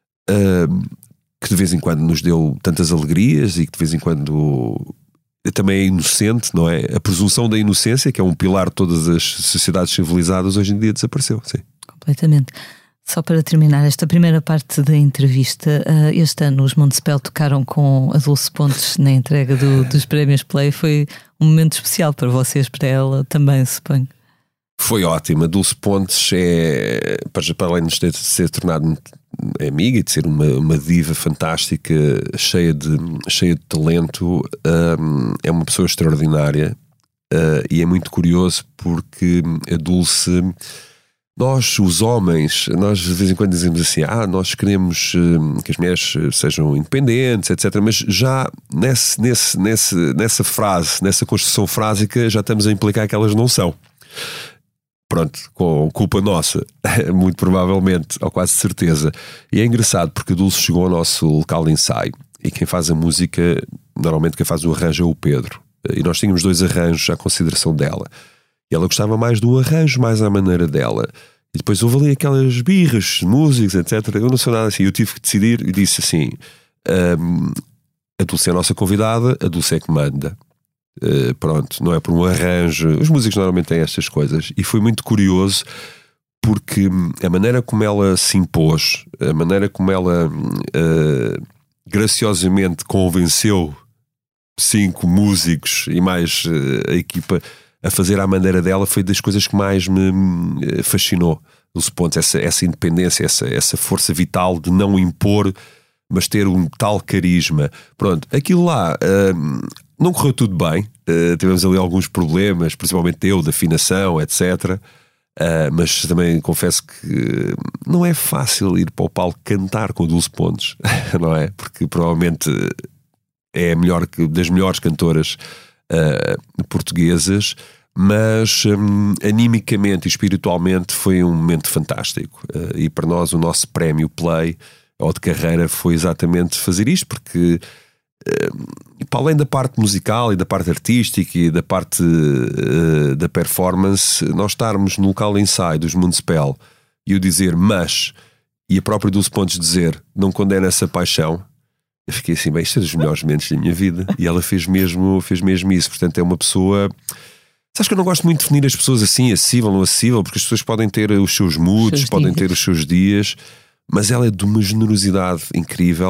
[SPEAKER 2] que de vez em quando nos deu tantas alegrias e que de vez em quando também é inocente, não é? A presunção da inocência, que é um pilar de todas as sociedades civilizadas, hoje em dia desapareceu. Sim.
[SPEAKER 1] Completamente. Só para terminar esta primeira parte da entrevista, este ano os Montespel tocaram com a Dulce Pontes na entrega dos prémios Play. Foi um momento especial para vocês, para ela também, suponho.
[SPEAKER 2] Foi ótimo. A Dulce Pontes para além de ser tornado amiga e de ser uma diva fantástica, cheia de talento, é uma pessoa extraordinária, e é muito curioso porque a Dulce, nós os homens, nós de vez em quando dizemos assim, nós queremos que as mulheres sejam independentes, etc, mas já nessa frase, nessa construção frásica, já estamos a implicar que elas não são. Pronto, com culpa nossa, muito provavelmente, ou quase certeza. E é engraçado porque a Dulce chegou ao nosso local de ensaio, e quem faz a música, normalmente quem faz o arranjo é o Pedro. E nós tínhamos 2 arranjos à consideração dela. E ela gostava mais do arranjo, mais à maneira dela. E depois houve ali aquelas birras, músicos, etc. Eu não sou nada assim. Eu tive que decidir e disse assim, a Dulce é a nossa convidada, a Dulce é que manda. Pronto, não é por um arranjo. Os músicos normalmente têm estas coisas. E foi muito curioso porque a maneira como ela se impôs, a maneira como ela graciosamente convenceu 5 músicos e mais a equipa a fazer à maneira dela, foi das coisas que mais me fascinou. Dulce Pontes, essa independência, essa força vital de não impor, mas ter um tal carisma. Pronto, aquilo lá não correu tudo bem, tivemos ali alguns problemas, principalmente de afinação, etc. Mas também confesso que não é fácil ir para o palco cantar com a Dulce Pontes, não é? Porque provavelmente é das melhores cantoras portuguesas, mas animicamente e espiritualmente foi um momento fantástico. E para nós o nosso prémio Play ou de carreira foi exatamente fazer isto, porque para além da parte musical e da parte artística e da parte da performance, nós estarmos no local de ensaio dos Montespel e eu dizer e a própria Dulce Pontes dizer não condena essa paixão, eu fiquei assim, isto é dos melhores momentos da minha vida. E ela fez mesmo isso. Portanto é uma pessoa, sabes que eu não gosto muito de definir as pessoas assim, acessível ou não acessível, porque as pessoas podem ter os seus moods, podem ter os seus dias, mas ela é de uma generosidade incrível.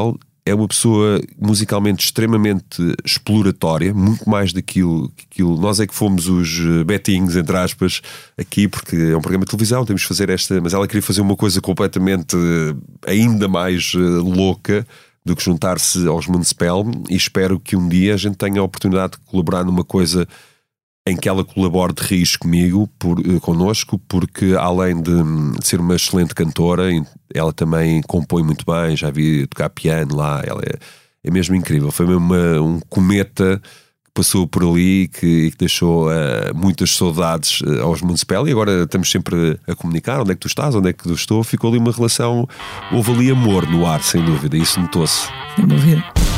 [SPEAKER 2] é uma pessoa musicalmente extremamente exploratória, muito mais daquilo que nós é que fomos os betinhos, entre aspas, aqui, porque é um programa de televisão, temos que fazer esta, mas ela queria fazer uma coisa completamente ainda mais louca do que juntar-se aos Municipal, e espero que um dia a gente tenha a oportunidade de colaborar numa coisa em que ela colabore de raiz comigo, connosco, porque além de ser uma excelente cantora, ela também compõe muito bem, já vi tocar piano lá, ela é mesmo incrível. Foi mesmo um cometa que passou por ali e que deixou muitas saudades aos Municipal, e agora estamos sempre a comunicar onde é que tu estás, onde é que eu estou. Ficou ali uma relação, houve ali amor no ar, sem dúvida, isso notou-se.
[SPEAKER 1] Sem dúvida.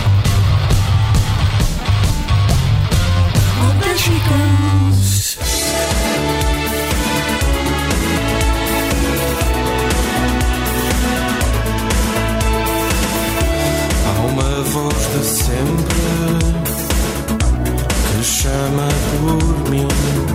[SPEAKER 8] Há uma voz de sempre que chama por mim,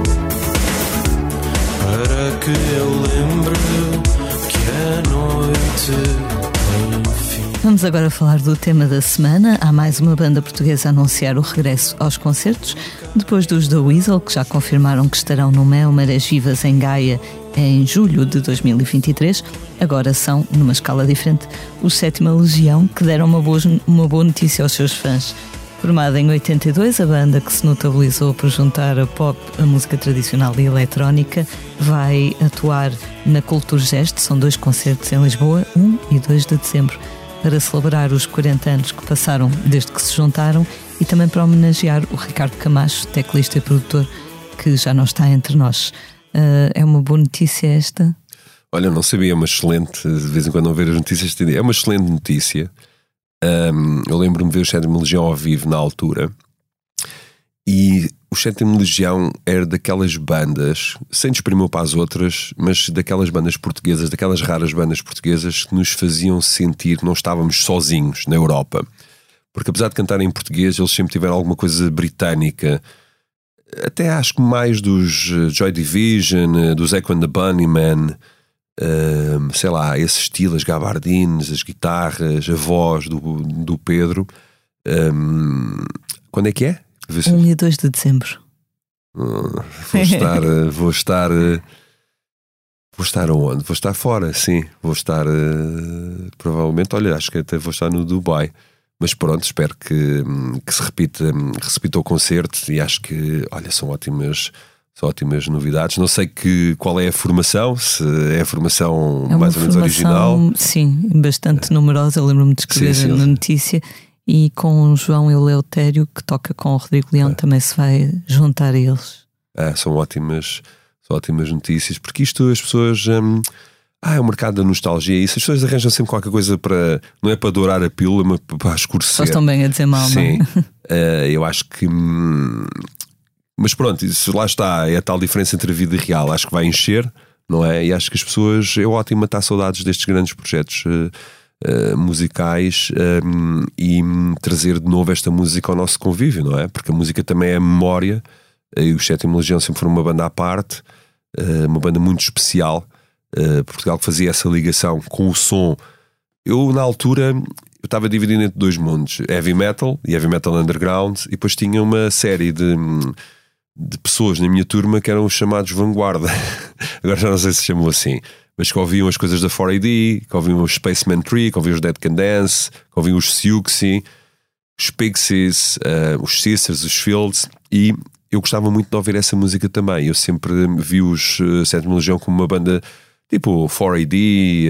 [SPEAKER 8] para que eu lembre que a noite tem fim.
[SPEAKER 1] Vamos agora falar do tema da semana. Há mais uma banda portuguesa a anunciar o regresso aos concertos, depois dos The Weasel, que já confirmaram que estarão no Mel Marés Vivas em Gaia em julho de 2023. Agora são, numa escala diferente, os Sétima Legião, que deram uma boa notícia aos seus fãs. Formada em 82, a banda, que se notabilizou por juntar a pop, a música tradicional e a eletrónica, vai atuar na Culturgest. São 2 concertos em Lisboa, 1 e 2 de dezembro, para celebrar os 40 anos que passaram desde que se juntaram e também para homenagear o Ricardo Camacho, teclista e produtor, que já não está entre nós. É uma boa notícia esta?
[SPEAKER 2] Olha, eu não sabia, é uma excelente, de vez em quando não ver as notícias, é uma excelente notícia. Eu lembro-me de ver o Sétima Legião ao vivo na altura, e o Sétima Legião era daquelas bandas, sem desprimir para as outras, mas daquelas bandas portuguesas, daquelas raras bandas portuguesas que nos faziam sentir que não estávamos sozinhos na Europa, porque apesar de cantarem em português, eles sempre tiveram alguma coisa britânica, até acho que mais dos Joy Division, dos Echo and the Bunnymen, sei lá, esse estilo, as gabardines, as guitarras, a voz do Pedro. Quando é que é?
[SPEAKER 1] 1 e 2 de dezembro.
[SPEAKER 2] Vou estar onde? Vou estar fora, sim. Vou estar provavelmente, olha, acho que até vou estar no Dubai. Mas pronto, espero que se repita o concerto, e acho que, olha, são ótimas novidades. Não sei qual é a formação, se é a formação mais ou menos original.
[SPEAKER 1] Sim, bastante numerosa. Eu lembro-me de escrever na notícia. E com o João Eleutério, que toca com o Rodrigo Leão, também se vai juntar a eles.
[SPEAKER 2] São ótimas notícias, porque isto as pessoas... é o mercado da nostalgia, e isso as pessoas arranjam sempre qualquer coisa para... Não é para dourar a pílula, mas para escurecer.
[SPEAKER 1] Só estão bem a dizer mal,
[SPEAKER 2] sim,
[SPEAKER 1] não é?
[SPEAKER 2] Eu acho que... Mas pronto, isso lá está, é a tal diferença entre a vida e real. Acho que vai encher, não é? E acho que as pessoas... É ótimo matar saudades destes grandes projetos musicais, e trazer de novo esta música ao nosso convívio, não é? Porque a música também é memória, e o Sétima Legião sempre foi uma banda à parte, uma banda muito especial. Portugal que fazia essa ligação com o som. Eu na altura eu estava dividido entre 2 mundos, heavy metal e heavy metal underground, e depois tinha uma série de pessoas na minha turma que eram os chamados vanguarda. Agora já não sei se chamam assim, mas que ouviam as coisas da 4AD, que ouviam os Spaceman 3, que ouviam os Dead Can Dance, que ouviam os Siouxsie, os Pixies, os Sisters, os Fields, e eu gostava muito de ouvir essa música também. Eu sempre vi os Sétima Legião como uma banda tipo 4AD,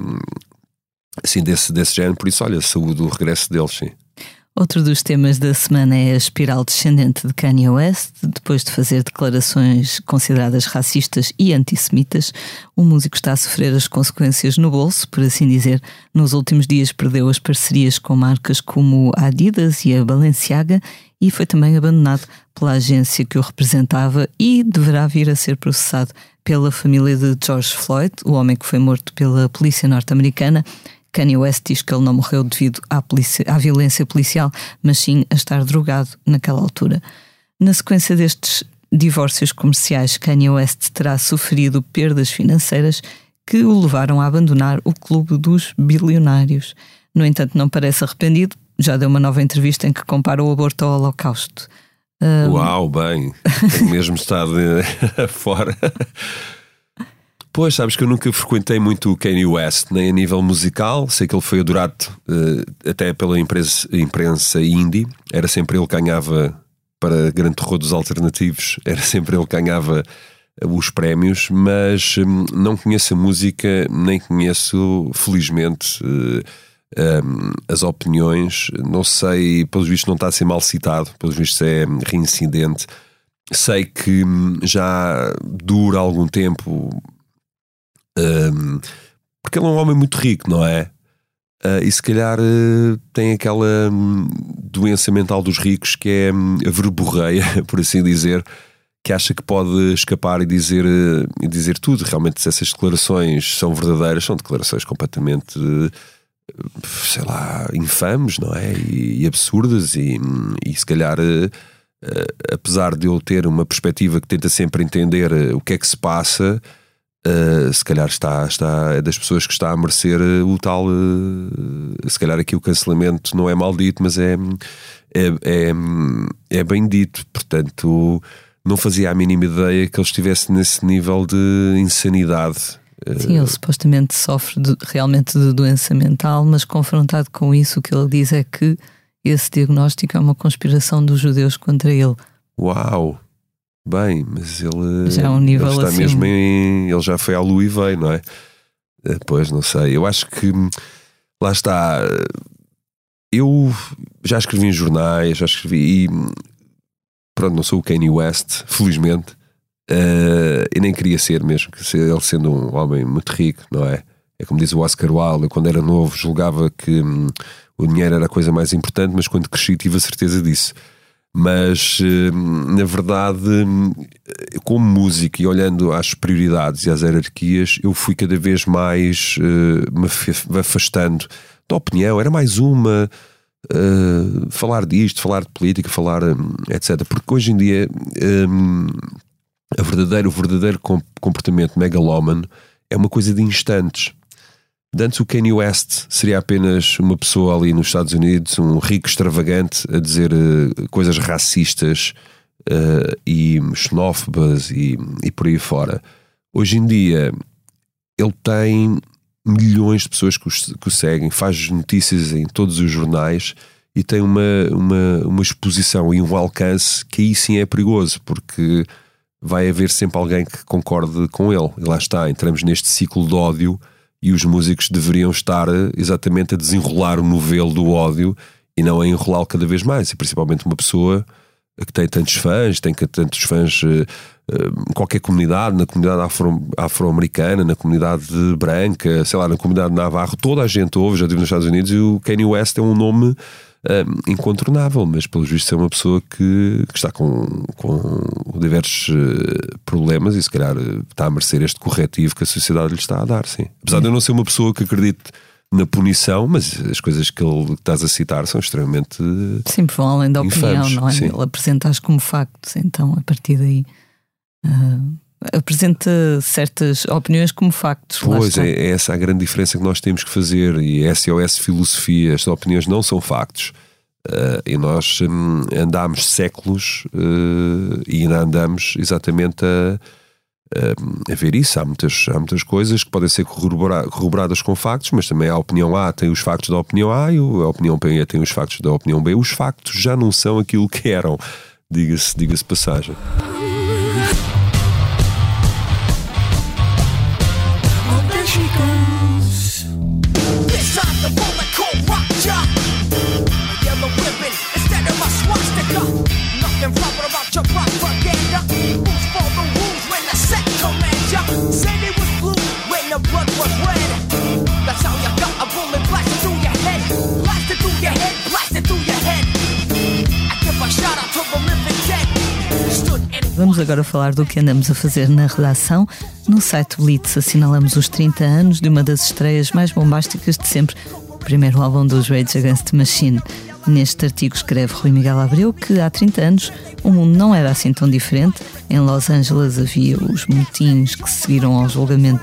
[SPEAKER 2] assim desse género, por isso olha, saúde o regresso deles, sim.
[SPEAKER 1] Outro dos temas da semana é a espiral descendente de Kanye West. Depois de fazer declarações consideradas racistas e antissemitas, o músico está a sofrer as consequências no bolso, por assim dizer. Nos últimos dias perdeu as parcerias com marcas como a Adidas e a Balenciaga, e foi também abandonado pela agência que o representava, e deverá vir a ser processado pela família de George Floyd, o homem que foi morto pela polícia norte-americana. Kanye West diz que ele não morreu devido à violência policial, mas sim a estar drogado naquela altura. Na sequência destes divórcios comerciais, Kanye West terá sofrido perdas financeiras que o levaram a abandonar o clube dos bilionários. No entanto, não parece arrependido, já deu uma nova entrevista em que compara o aborto ao Holocausto.
[SPEAKER 2] Uau, bem, tenho mesmo estado fora. Pois, sabes que eu nunca frequentei muito o Kanye West, nem a nível musical. Sei que ele foi adorado até pela imprensa indie. Era sempre ele que ganhava, para grande terror dos alternativos, era sempre ele que ganhava os prémios, mas não conheço a música, nem conheço, felizmente, as opiniões. Não sei, pelos vistos não está a ser mal citado, pelos vistos é reincidente. Sei que já dura algum tempo, porque ele é um homem muito rico, não é? E se calhar tem aquela doença mental dos ricos, que é a verborreia, por assim dizer, que acha que pode escapar e dizer tudo. Realmente, se essas declarações são verdadeiras, são declarações completamente, sei lá, infames, não é? E absurdas, e se calhar, apesar de eu ter uma perspectiva que tenta sempre entender o que é que se passa, se calhar é das pessoas que está a merecer o tal, se calhar aqui o cancelamento não é maldito, mas é bem dito. Portanto, não fazia a mínima ideia que ele estivesse nesse nível de insanidade.
[SPEAKER 1] Sim, ele supostamente sofre realmente de doença mental, mas confrontado com isso, o que ele diz é que esse diagnóstico é uma conspiração dos judeus contra ele.
[SPEAKER 2] Uau! Bem, mas ele
[SPEAKER 1] já é um nível
[SPEAKER 2] ele está
[SPEAKER 1] assim,
[SPEAKER 2] mesmo ele já foi à lua e veio, não é? Pois, não sei. Eu acho que lá está. Eu já escrevi em jornais, já escrevi, e pronto, não sou o Kanye West, felizmente, e nem queria ser mesmo, ele sendo um homem muito rico, não é? É como diz o Oscar Wilde: eu, quando era novo, julgava que o dinheiro era a coisa mais importante, mas quando cresci tive a certeza disso. Mas, na verdade, como músico e olhando às prioridades e às hierarquias, eu fui cada vez mais me afastando da opinião. Era mais uma, falar disto, falar de política, falar, etc. Porque hoje em dia o verdadeiro comportamento megalómano é uma coisa de instantes. Antes, o Kanye West seria apenas uma pessoa ali nos Estados Unidos, um rico extravagante, a dizer coisas racistas e xenófobas e por aí fora. Hoje em dia, ele tem milhões de pessoas que o seguem, faz notícias em todos os jornais e tem uma exposição e um alcance que aí sim é perigoso, porque vai haver sempre alguém que concorde com ele. E lá está, entramos neste ciclo de ódio. E os músicos deveriam estar exatamente a desenrolar o novelo do ódio e não a enrolá-lo cada vez mais. E principalmente uma pessoa que tem tantos fãs, em qualquer comunidade, na comunidade afro-americana, na comunidade branca, sei lá, na comunidade navarro, toda a gente ouve, já estive nos Estados Unidos, e o Kanye West é um nome incontornável, mas pelos vistos é uma pessoa que está com diversos problemas e se calhar está a merecer este corretivo que a sociedade lhe está a dar, sim. Apesar de eu não ser uma pessoa que acredite na punição, mas as coisas que estás a citar são extremamente
[SPEAKER 1] sim, vão além da opinião,
[SPEAKER 2] infames,
[SPEAKER 1] não é?
[SPEAKER 2] Sim.
[SPEAKER 1] Ele apresenta-as como factos, então a partir daí apresenta certas opiniões como factos.
[SPEAKER 2] Pois, é essa a grande diferença que nós temos que fazer, e SOS Filosofia, estas opiniões não são factos, e nós andámos séculos e ainda andamos exatamente a ver isso. Há muitas coisas que podem ser corroboradas com factos, mas também a opinião A tem os factos da opinião A e a opinião B tem os factos da opinião B. Os factos já não são aquilo que eram, diga-se passagem.
[SPEAKER 1] Vamos agora falar do que andamos a fazer na redação. No site Blitz assinalamos os 30 anos de uma das estreias mais bombásticas de sempre, o primeiro álbum dos Rage Against the Machine. Neste artigo escreve Rui Miguel Abreu que há 30 anos o mundo não era assim tão diferente. Em Los Angeles havia os motins que seguiram ao julgamento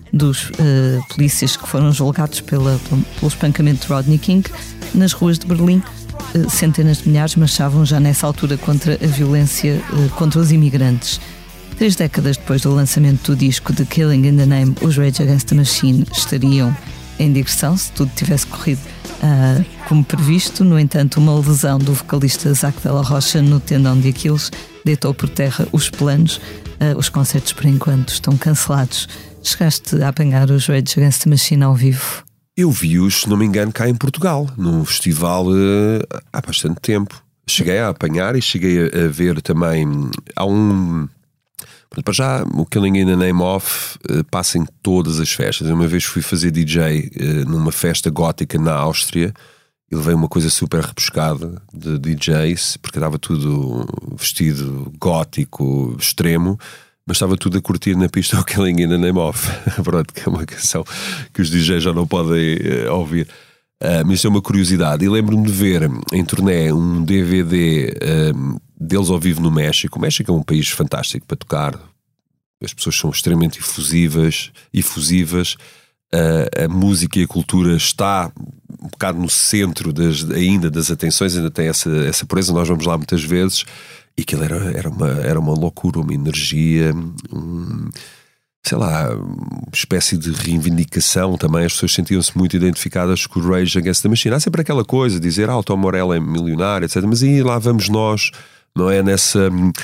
[SPEAKER 1] dos polícias que foram julgados pelo espancamento de Rodney King. Nas ruas de Berlim, centenas de milhares marchavam já nessa altura contra a violência contra os imigrantes. 3 décadas depois do lançamento do disco The Killing in the Name, os Rage Against the Machine estariam em digressão, se tudo tivesse corrido como previsto. No entanto, uma lesão do vocalista Zac Della Rocha no tendão de Aquiles deitou por terra os planos. Os concertos, por enquanto, estão cancelados. Chegaste a apanhar os Rage Against the Machine ao vivo?
[SPEAKER 2] Eu vi-os, se não me engano, cá em Portugal, num festival há bastante tempo. Cheguei a apanhar e cheguei a ver também. Há para já, o Killing in the Name of passa em todas as festas. Uma vez fui fazer DJ numa festa gótica na Áustria e levei uma coisa super rebuscada de DJs, porque estava tudo vestido gótico, extremo, mas estava tudo a curtir na pista o Killing in the Name of. Pronto, que é uma canção que os DJs já não podem ouvir. Mas isso é uma curiosidade. E lembro-me de ver em turnê um DVD deles ao vivo no México. O México é um país fantástico para tocar. As pessoas são extremamente efusivas. A música e a cultura está um bocado no centro ainda das atenções, ainda tem essa pureza. Nós vamos lá muitas vezes e aquilo era uma loucura, uma energia, sei lá, uma espécie de reivindicação também. As pessoas sentiam-se muito identificadas com o Rage Against the Machine. Há sempre aquela coisa de dizer o Tom Morello é milionário, etc. Mas aí lá vamos nós, não é? Nessa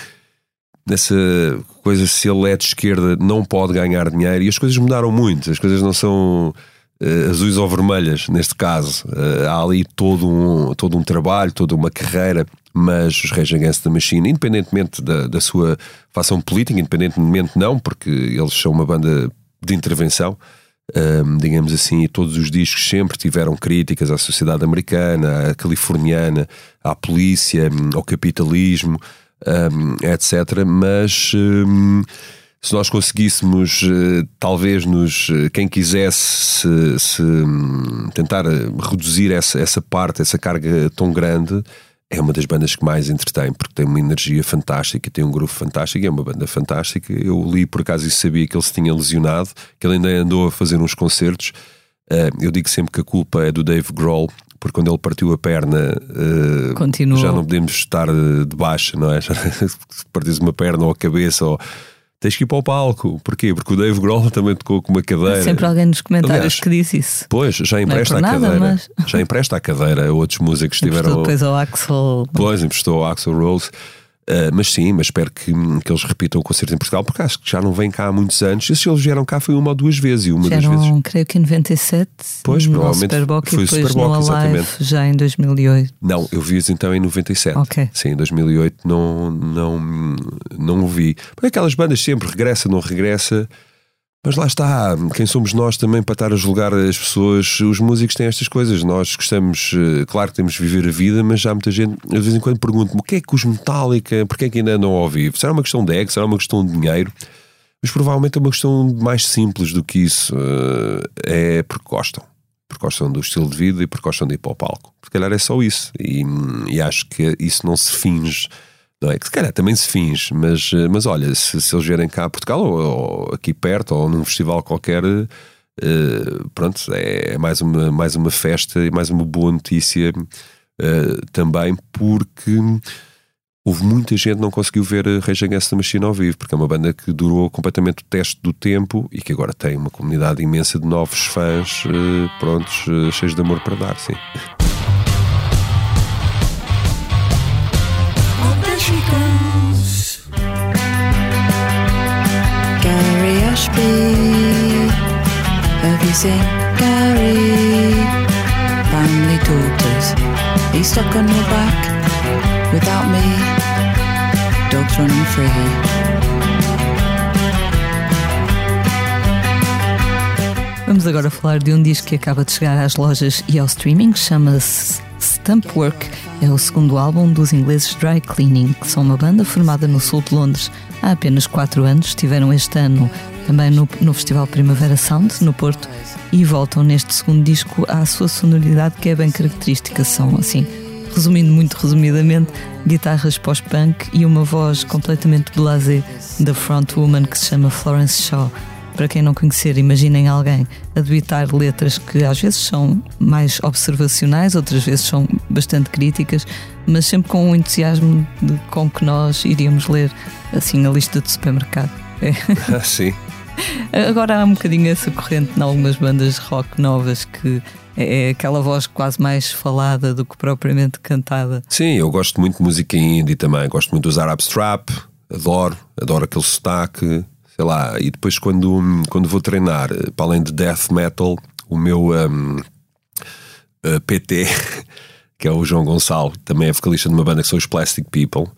[SPEAKER 2] coisa, se ele é de esquerda não pode ganhar dinheiro, e as coisas mudaram muito. As coisas não são azuis ou vermelhas neste caso. Há ali todo um trabalho, toda uma carreira. Mas os Rage Against the Machine, independentemente da sua facção política, independentemente não, porque eles são uma banda de intervenção, digamos assim, e todos os discos sempre tiveram críticas à sociedade americana, à californiana, à polícia, ao capitalismo, etc. Mas se nós conseguíssemos, talvez quem quisesse tentar reduzir essa parte, essa carga tão grande, é uma das bandas que mais entretém, porque tem uma energia fantástica, tem um groove fantástico, é uma banda fantástica. Eu li por acaso e sabia que ele se tinha lesionado, que ele ainda andou a fazer uns concertos. Eu digo sempre que a culpa é do Dave Grohl, porque quando ele partiu a perna já não podemos estar de baixa, não é? Se partires uma perna ou a cabeça, tens que ir para o palco. Porquê? Porque o Dave Grohl também tocou com uma cadeira.
[SPEAKER 1] Há sempre alguém nos comentários que disse isso.
[SPEAKER 2] Pois, já empresta a cadeira. Já empresta a cadeira a outros músicos que estiveram.
[SPEAKER 1] Depois ao Axl.
[SPEAKER 2] Pois, emprestou ao Axl Rose. Mas sim, mas espero que eles repitam o concerto em Portugal, porque acho que já não vêm cá há muitos anos. E se eles vieram cá foi uma ou duas vezes.
[SPEAKER 1] Creio que em 97,
[SPEAKER 2] pois,
[SPEAKER 1] no Superboc, e depois no Alive já em 2008.
[SPEAKER 2] Não, eu vi-os então em 97.
[SPEAKER 1] Okay.
[SPEAKER 2] Sim, em 2008 não o vi. Porque aquelas bandas sempre regressa, não regressa. Mas lá está, quem somos nós também para estar a julgar as pessoas? Os músicos têm estas coisas. Nós gostamos, claro que temos de viver a vida, mas já muita gente, de vez em quando, pergunta-me o que é que os Metallica, porque é que ainda andam ao vivo? Será uma questão de ego? Será uma questão de dinheiro? Mas provavelmente é uma questão mais simples do que isso. É porque gostam do estilo de vida e porque gostam de ir para o palco. Se calhar é só isso. E acho que isso não se finge. Não é? Que se calhar também se finge, mas olha, se eles vierem cá a Portugal ou aqui perto ou num festival qualquer, pronto, é mais uma festa e mais uma boa notícia também, porque houve muita gente que não conseguiu ver Rage Against the Machine ao vivo, porque é uma banda que durou completamente o teste do tempo e que agora tem uma comunidade imensa de novos fãs, prontos, cheios de amor para dar, sim.
[SPEAKER 9] Gary Ashby, have you seen Gary? Family daughters, he's stuck on your back without me, dogs running free.
[SPEAKER 1] Vamos agora falar de um disco que acaba de chegar às lojas e ao streaming, chama-se Stumpwork. É o segundo álbum dos ingleses Dry Cleaning, que são uma banda formada no sul de Londres há apenas 4 anos. Estiveram este ano também no Festival Primavera Sound, no Porto, e voltam neste segundo disco à sua sonoridade, que é bem característica. São, assim, resumindo muito resumidamente, guitarras pós-punk e uma voz completamente blasé da frontwoman, que se chama Florence Shaw. para quem não conhecer, imaginem alguém a debitar letras que às vezes são mais observacionais, outras vezes são bastante críticas, mas sempre com o entusiasmo com que nós iríamos ler assim a lista de supermercado.
[SPEAKER 2] Sim.
[SPEAKER 1] Agora há um bocadinho essa corrente em algumas bandas rock novas que é aquela voz quase mais falada do que propriamente cantada.
[SPEAKER 2] Sim, eu gosto muito de música indie também. Gosto muito dos Arab Strap. Adoro aquele sotaque. Sei lá, e depois quando vou treinar, para além de death metal, o meu PT, que é o João Gonçalo, também é vocalista de uma banda que são os Plastic People,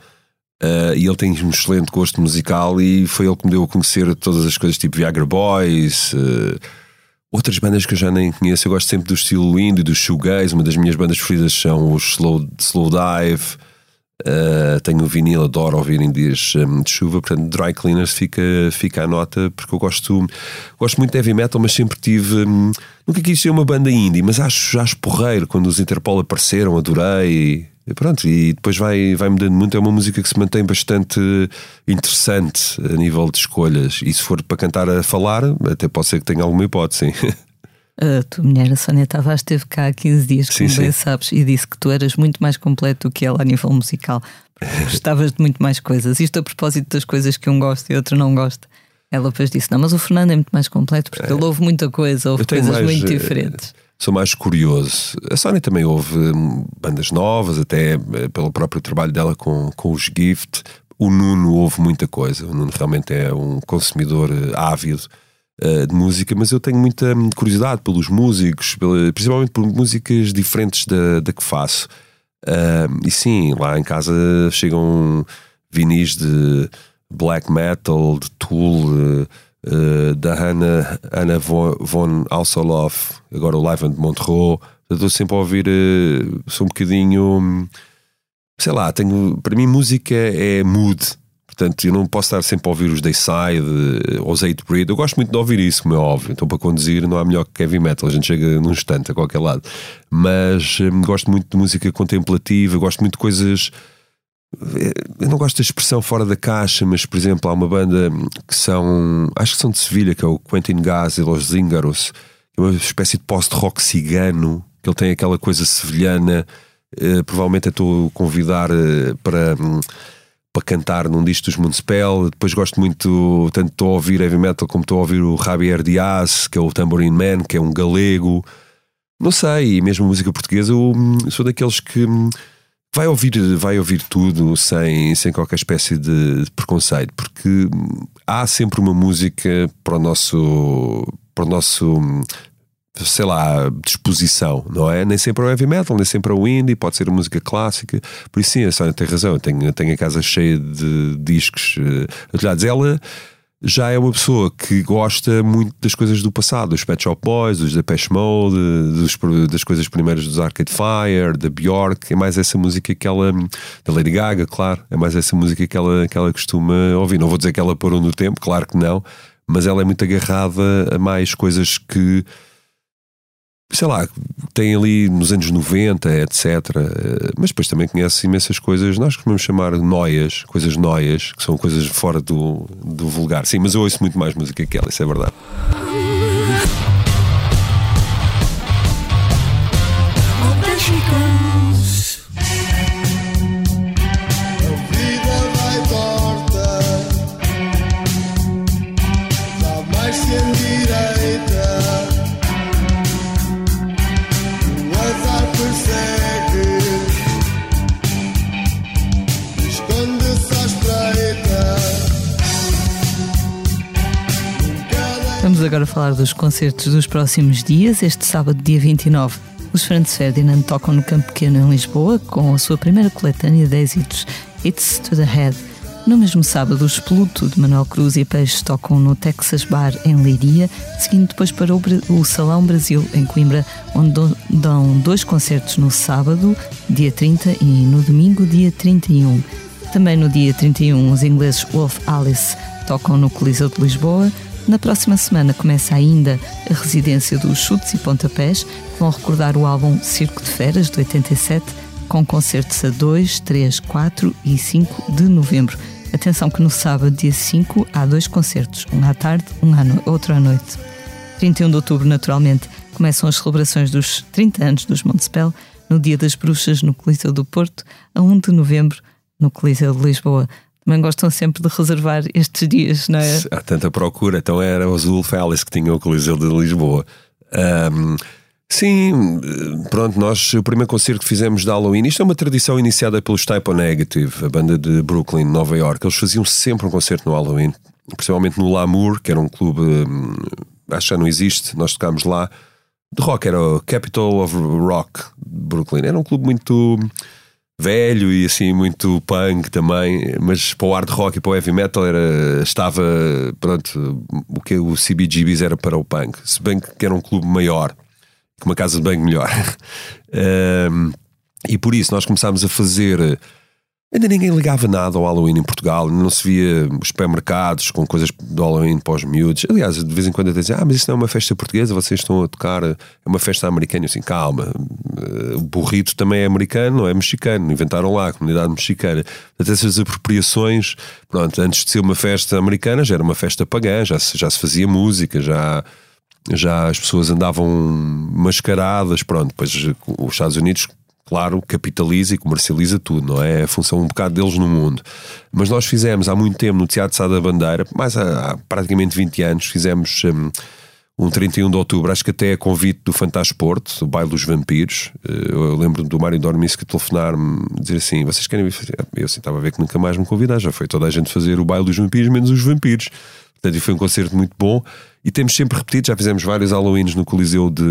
[SPEAKER 2] e ele tem um excelente gosto musical e foi ele que me deu a conhecer todas as coisas tipo Viagra Boys, outras bandas que eu já nem conheço. Eu gosto sempre do estilo indie, do shoegaze. Uma das minhas bandas preferidas são os Slow Dive. Tenho o vinil, adoro ouvir em dias de chuva. Portanto, Dry Cleaners fica a nota, porque eu gosto muito de heavy metal, mas sempre tive, nunca quis ser uma banda indie, mas acho porreiro. Quando os Interpol apareceram, adorei. E pronto, e depois vai mudando muito. É uma música que se mantém bastante interessante a nível de escolhas, e se for para cantar a falar, até pode ser que tenha alguma hipótese.
[SPEAKER 1] A tua mulher, a Sónia Tavares, esteve cá há 15 dias, como bem sabes, e disse que tu eras muito mais completo do que ela a nível musical. Gostavas de muito mais coisas. Isto a propósito das coisas que um gosta e outro não gosta. Ela depois disse: não, mas o Fernando é muito mais completo, porque ele ouve muita coisa, ouve coisas muito diferentes.
[SPEAKER 2] Sou mais curioso. A Sónia também ouve bandas novas, até pelo próprio trabalho dela com os Gift. O Nuno ouve muita coisa. O Nuno realmente é um consumidor ávido de música, mas eu tenho muita curiosidade pelos músicos, principalmente por músicas diferentes da que faço. E sim, lá em casa chegam vinis de black metal, de Tool, da Anna von Ausserloff, agora o Live de Montreux. Estou sempre a ouvir, sou um bocadinho, sei lá, para mim música é mood. Portanto, eu não posso estar sempre a ouvir os Dayside ou os Hatebreed. Eu gosto muito de ouvir isso, como é óbvio. Então, para conduzir, não há melhor que heavy metal. A gente chega num instante a qualquer lado. Mas gosto muito de música contemplativa. Gosto muito de coisas. Eu não gosto da expressão fora da caixa, mas, por exemplo, há uma banda que são. Acho que são de Sevilha, que é o Quentin Gaz e Los Zíngaros. É uma espécie de post-rock cigano, que ele tem aquela coisa sevilhana. Provavelmente estou a convidar para cantar num disco dos Municipal. Depois gosto muito, tanto estou a ouvir heavy metal como estou a ouvir o Javier Diaz, que é o Tambourine Man, que é um galego. Não sei, e mesmo a música portuguesa, eu sou daqueles que vai ouvir tudo sem qualquer espécie de preconceito, porque há sempre uma música para o nosso sei lá, disposição, não é? Nem sempre é o heavy metal, nem sempre é o indie, pode ser a música clássica. Por isso sim, a Sónia tem razão. Eu tenho a casa cheia de discos. Aliás, ela já é uma pessoa que gosta muito das coisas do passado, dos Pet Shop Boys, dos Depeche Mode, das coisas primeiras dos Arcade Fire, da Björk. É mais essa música que ela, da Lady Gaga, claro, é mais essa música que ela costuma ouvir. Não vou dizer que ela parou no tempo, claro que não, mas ela é muito agarrada a mais coisas que, sei lá, tem ali nos anos 90, etc. Mas depois também conhece imensas coisas, nós costumamos chamar noias, coisas noias, que são coisas fora do vulgar. Sim, mas eu ouço muito mais música que ela, isso é verdade.
[SPEAKER 1] Vamos agora falar dos concertos dos próximos dias. Este sábado, dia 29, os Franz Ferdinand tocam no Campo Pequeno, em Lisboa, com a sua primeira coletânea de êxitos, It's to the Head. No mesmo sábado, os Pluto, de Manuel Cruz e Peixes, tocam no Texas Bar, em Leiria, seguindo depois para o Salão Brasil, em Coimbra, onde dão 2 concertos no sábado, dia 30, e no domingo, dia 31. Também no dia 31, os ingleses Wolf Alice tocam no Coliseu de Lisboa. Na próxima semana começa ainda a residência dos Chutes e Pontapés, que vão recordar o álbum Circo de Feras, de 87, com concertos a 2, 3, 4 e 5 de novembro. Atenção que no sábado, dia 5, há 2 concertos, um à tarde, outro à noite. 31 de outubro, naturalmente, começam as celebrações dos 30 anos dos Montespel, no Dia das Bruxas, no Coliseu do Porto, a 1 de novembro, no Coliseu de Lisboa. Também gostam sempre de reservar estes dias, não é?
[SPEAKER 2] Há tanta procura, então era os Wolf Alice que tinham o Coliseu de Lisboa. Sim, pronto, o primeiro concerto que fizemos de Halloween, isto é uma tradição iniciada pelos Type O Negative, a banda de Brooklyn, Nova York. Eles faziam sempre um concerto no Halloween, principalmente no Lamour, que era um clube, acho que já não existe, nós tocámos lá, de rock, era o Capital of Rock de Brooklyn. Era um clube muito velho e assim muito punk também, mas para o hard rock e para o heavy metal estava, pronto, o que o CBGBs era para o punk, se bem que era um clube maior, com uma casa de banho melhor. E por isso nós começámos a fazer. Ainda ninguém ligava nada ao Halloween em Portugal, não se via os supermercados com coisas do Halloween para os miúdos. Aliás, de vez em quando até dizem, mas isso não é uma festa portuguesa, vocês estão a tocar, é uma festa americana. Eu assim, calma, o burrito também é americano, não é mexicano, inventaram lá a comunidade mexicana. Até essas apropriações, pronto, antes de ser uma festa americana já era uma festa pagã, já se fazia música, já as pessoas andavam mascaradas, pronto. Depois os Estados Unidos, claro, capitaliza e comercializa tudo, não é? É a função um bocado deles no mundo. Mas nós fizemos há muito tempo no Teatro Sá da Bandeira, mais há praticamente 20 anos, fizemos um 31 de outubro, acho que até a convite do Fantasporto, o Baile dos Vampiros. Eu lembro do Mário Dormisco telefonar-me, dizer assim, vocês querem vir fazer? Eu assim, estava a ver que nunca mais me convidar, já foi toda a gente fazer o Baile dos Vampiros, menos os vampiros. Portanto, foi um concerto muito bom e temos sempre repetido, já fizemos vários Halloweens no Coliseu de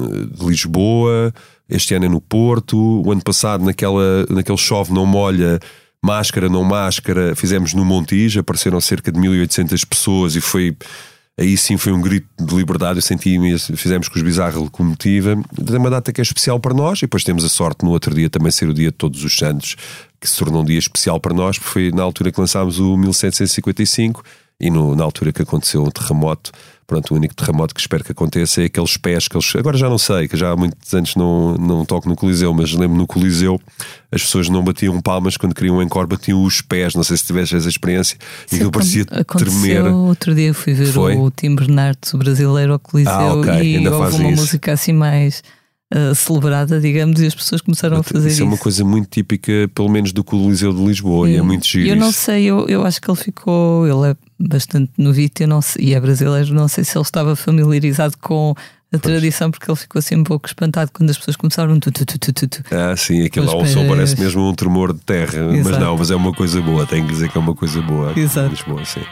[SPEAKER 2] Lisboa, este ano é no Porto, o ano passado naquele chove não molha, máscara não máscara, fizemos no Montijo, apareceram cerca de 1800 pessoas e aí sim foi um grito de liberdade, eu senti imenso. Fizemos com os Bizarra Locomotiva, é uma data que é especial para nós e depois temos a sorte no outro dia também ser o dia de Todos os Santos, que se tornou um dia especial para nós, porque foi na altura que lançámos o 1755 e na altura que aconteceu o terremoto. Pronto, o único terremoto que espero que aconteça é aqueles pés que eles... Agora já não sei, que já há muitos anos não toco no Coliseu, mas lembro no Coliseu as pessoas não batiam palmas quando queriam um encore, batiam os pés, não sei se tiveste essa experiência. Sim, e aquilo parecia tremer.
[SPEAKER 1] Outro dia eu fui ver o Tim Bernardo brasileiro ao Coliseu
[SPEAKER 2] okay.
[SPEAKER 1] E houve uma música assim mais celebrada, digamos, e as pessoas começaram a fazer isso.
[SPEAKER 2] Isso é uma coisa muito típica, pelo menos do Coliseu de Lisboa. Sim. E é muito giro.
[SPEAKER 1] Eu não sei, eu acho que ele é bastante novito, eu não sei, e é brasileiro, não sei se ele estava familiarizado com a tradição, porque ele ficou assim um pouco espantado quando as pessoas começaram
[SPEAKER 2] sim, aquilo ao som parece mesmo um tremor de terra. Exato. Mas é uma coisa boa, tenho que dizer que é uma coisa boa.
[SPEAKER 1] Exato.
[SPEAKER 2] Lisboa, sim.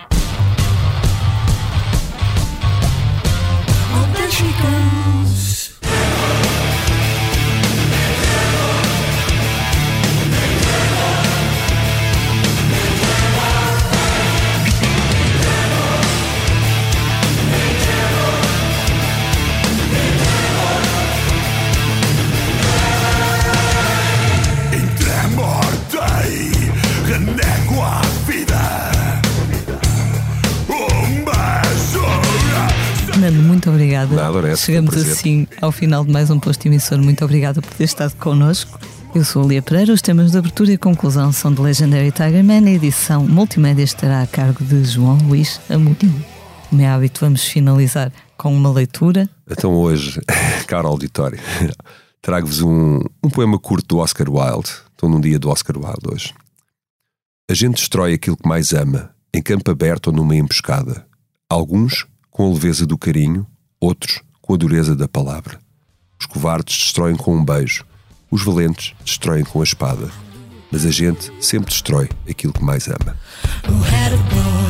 [SPEAKER 1] Muito obrigada.
[SPEAKER 2] Nada,
[SPEAKER 1] chegamos assim ao final de mais um posto emissor. Muito obrigada por ter estado connosco. Eu sou a Lia Pereira. Os temas de abertura e conclusão são de Legendary Tigerman. A edição multimédia estará a cargo de João Luís Amorim. Como é hábito, vamos finalizar com uma leitura.
[SPEAKER 2] Então hoje, caro auditório, trago-vos um poema curto do Oscar Wilde. Estou num dia do Oscar Wilde hoje. A gente destrói aquilo que mais ama, em campo aberto ou numa emboscada. Alguns com a leveza do carinho, outros com a dureza da palavra. Os covardes destroem com um beijo, os valentes destroem com a espada. Mas a gente sempre destrói aquilo que mais ama.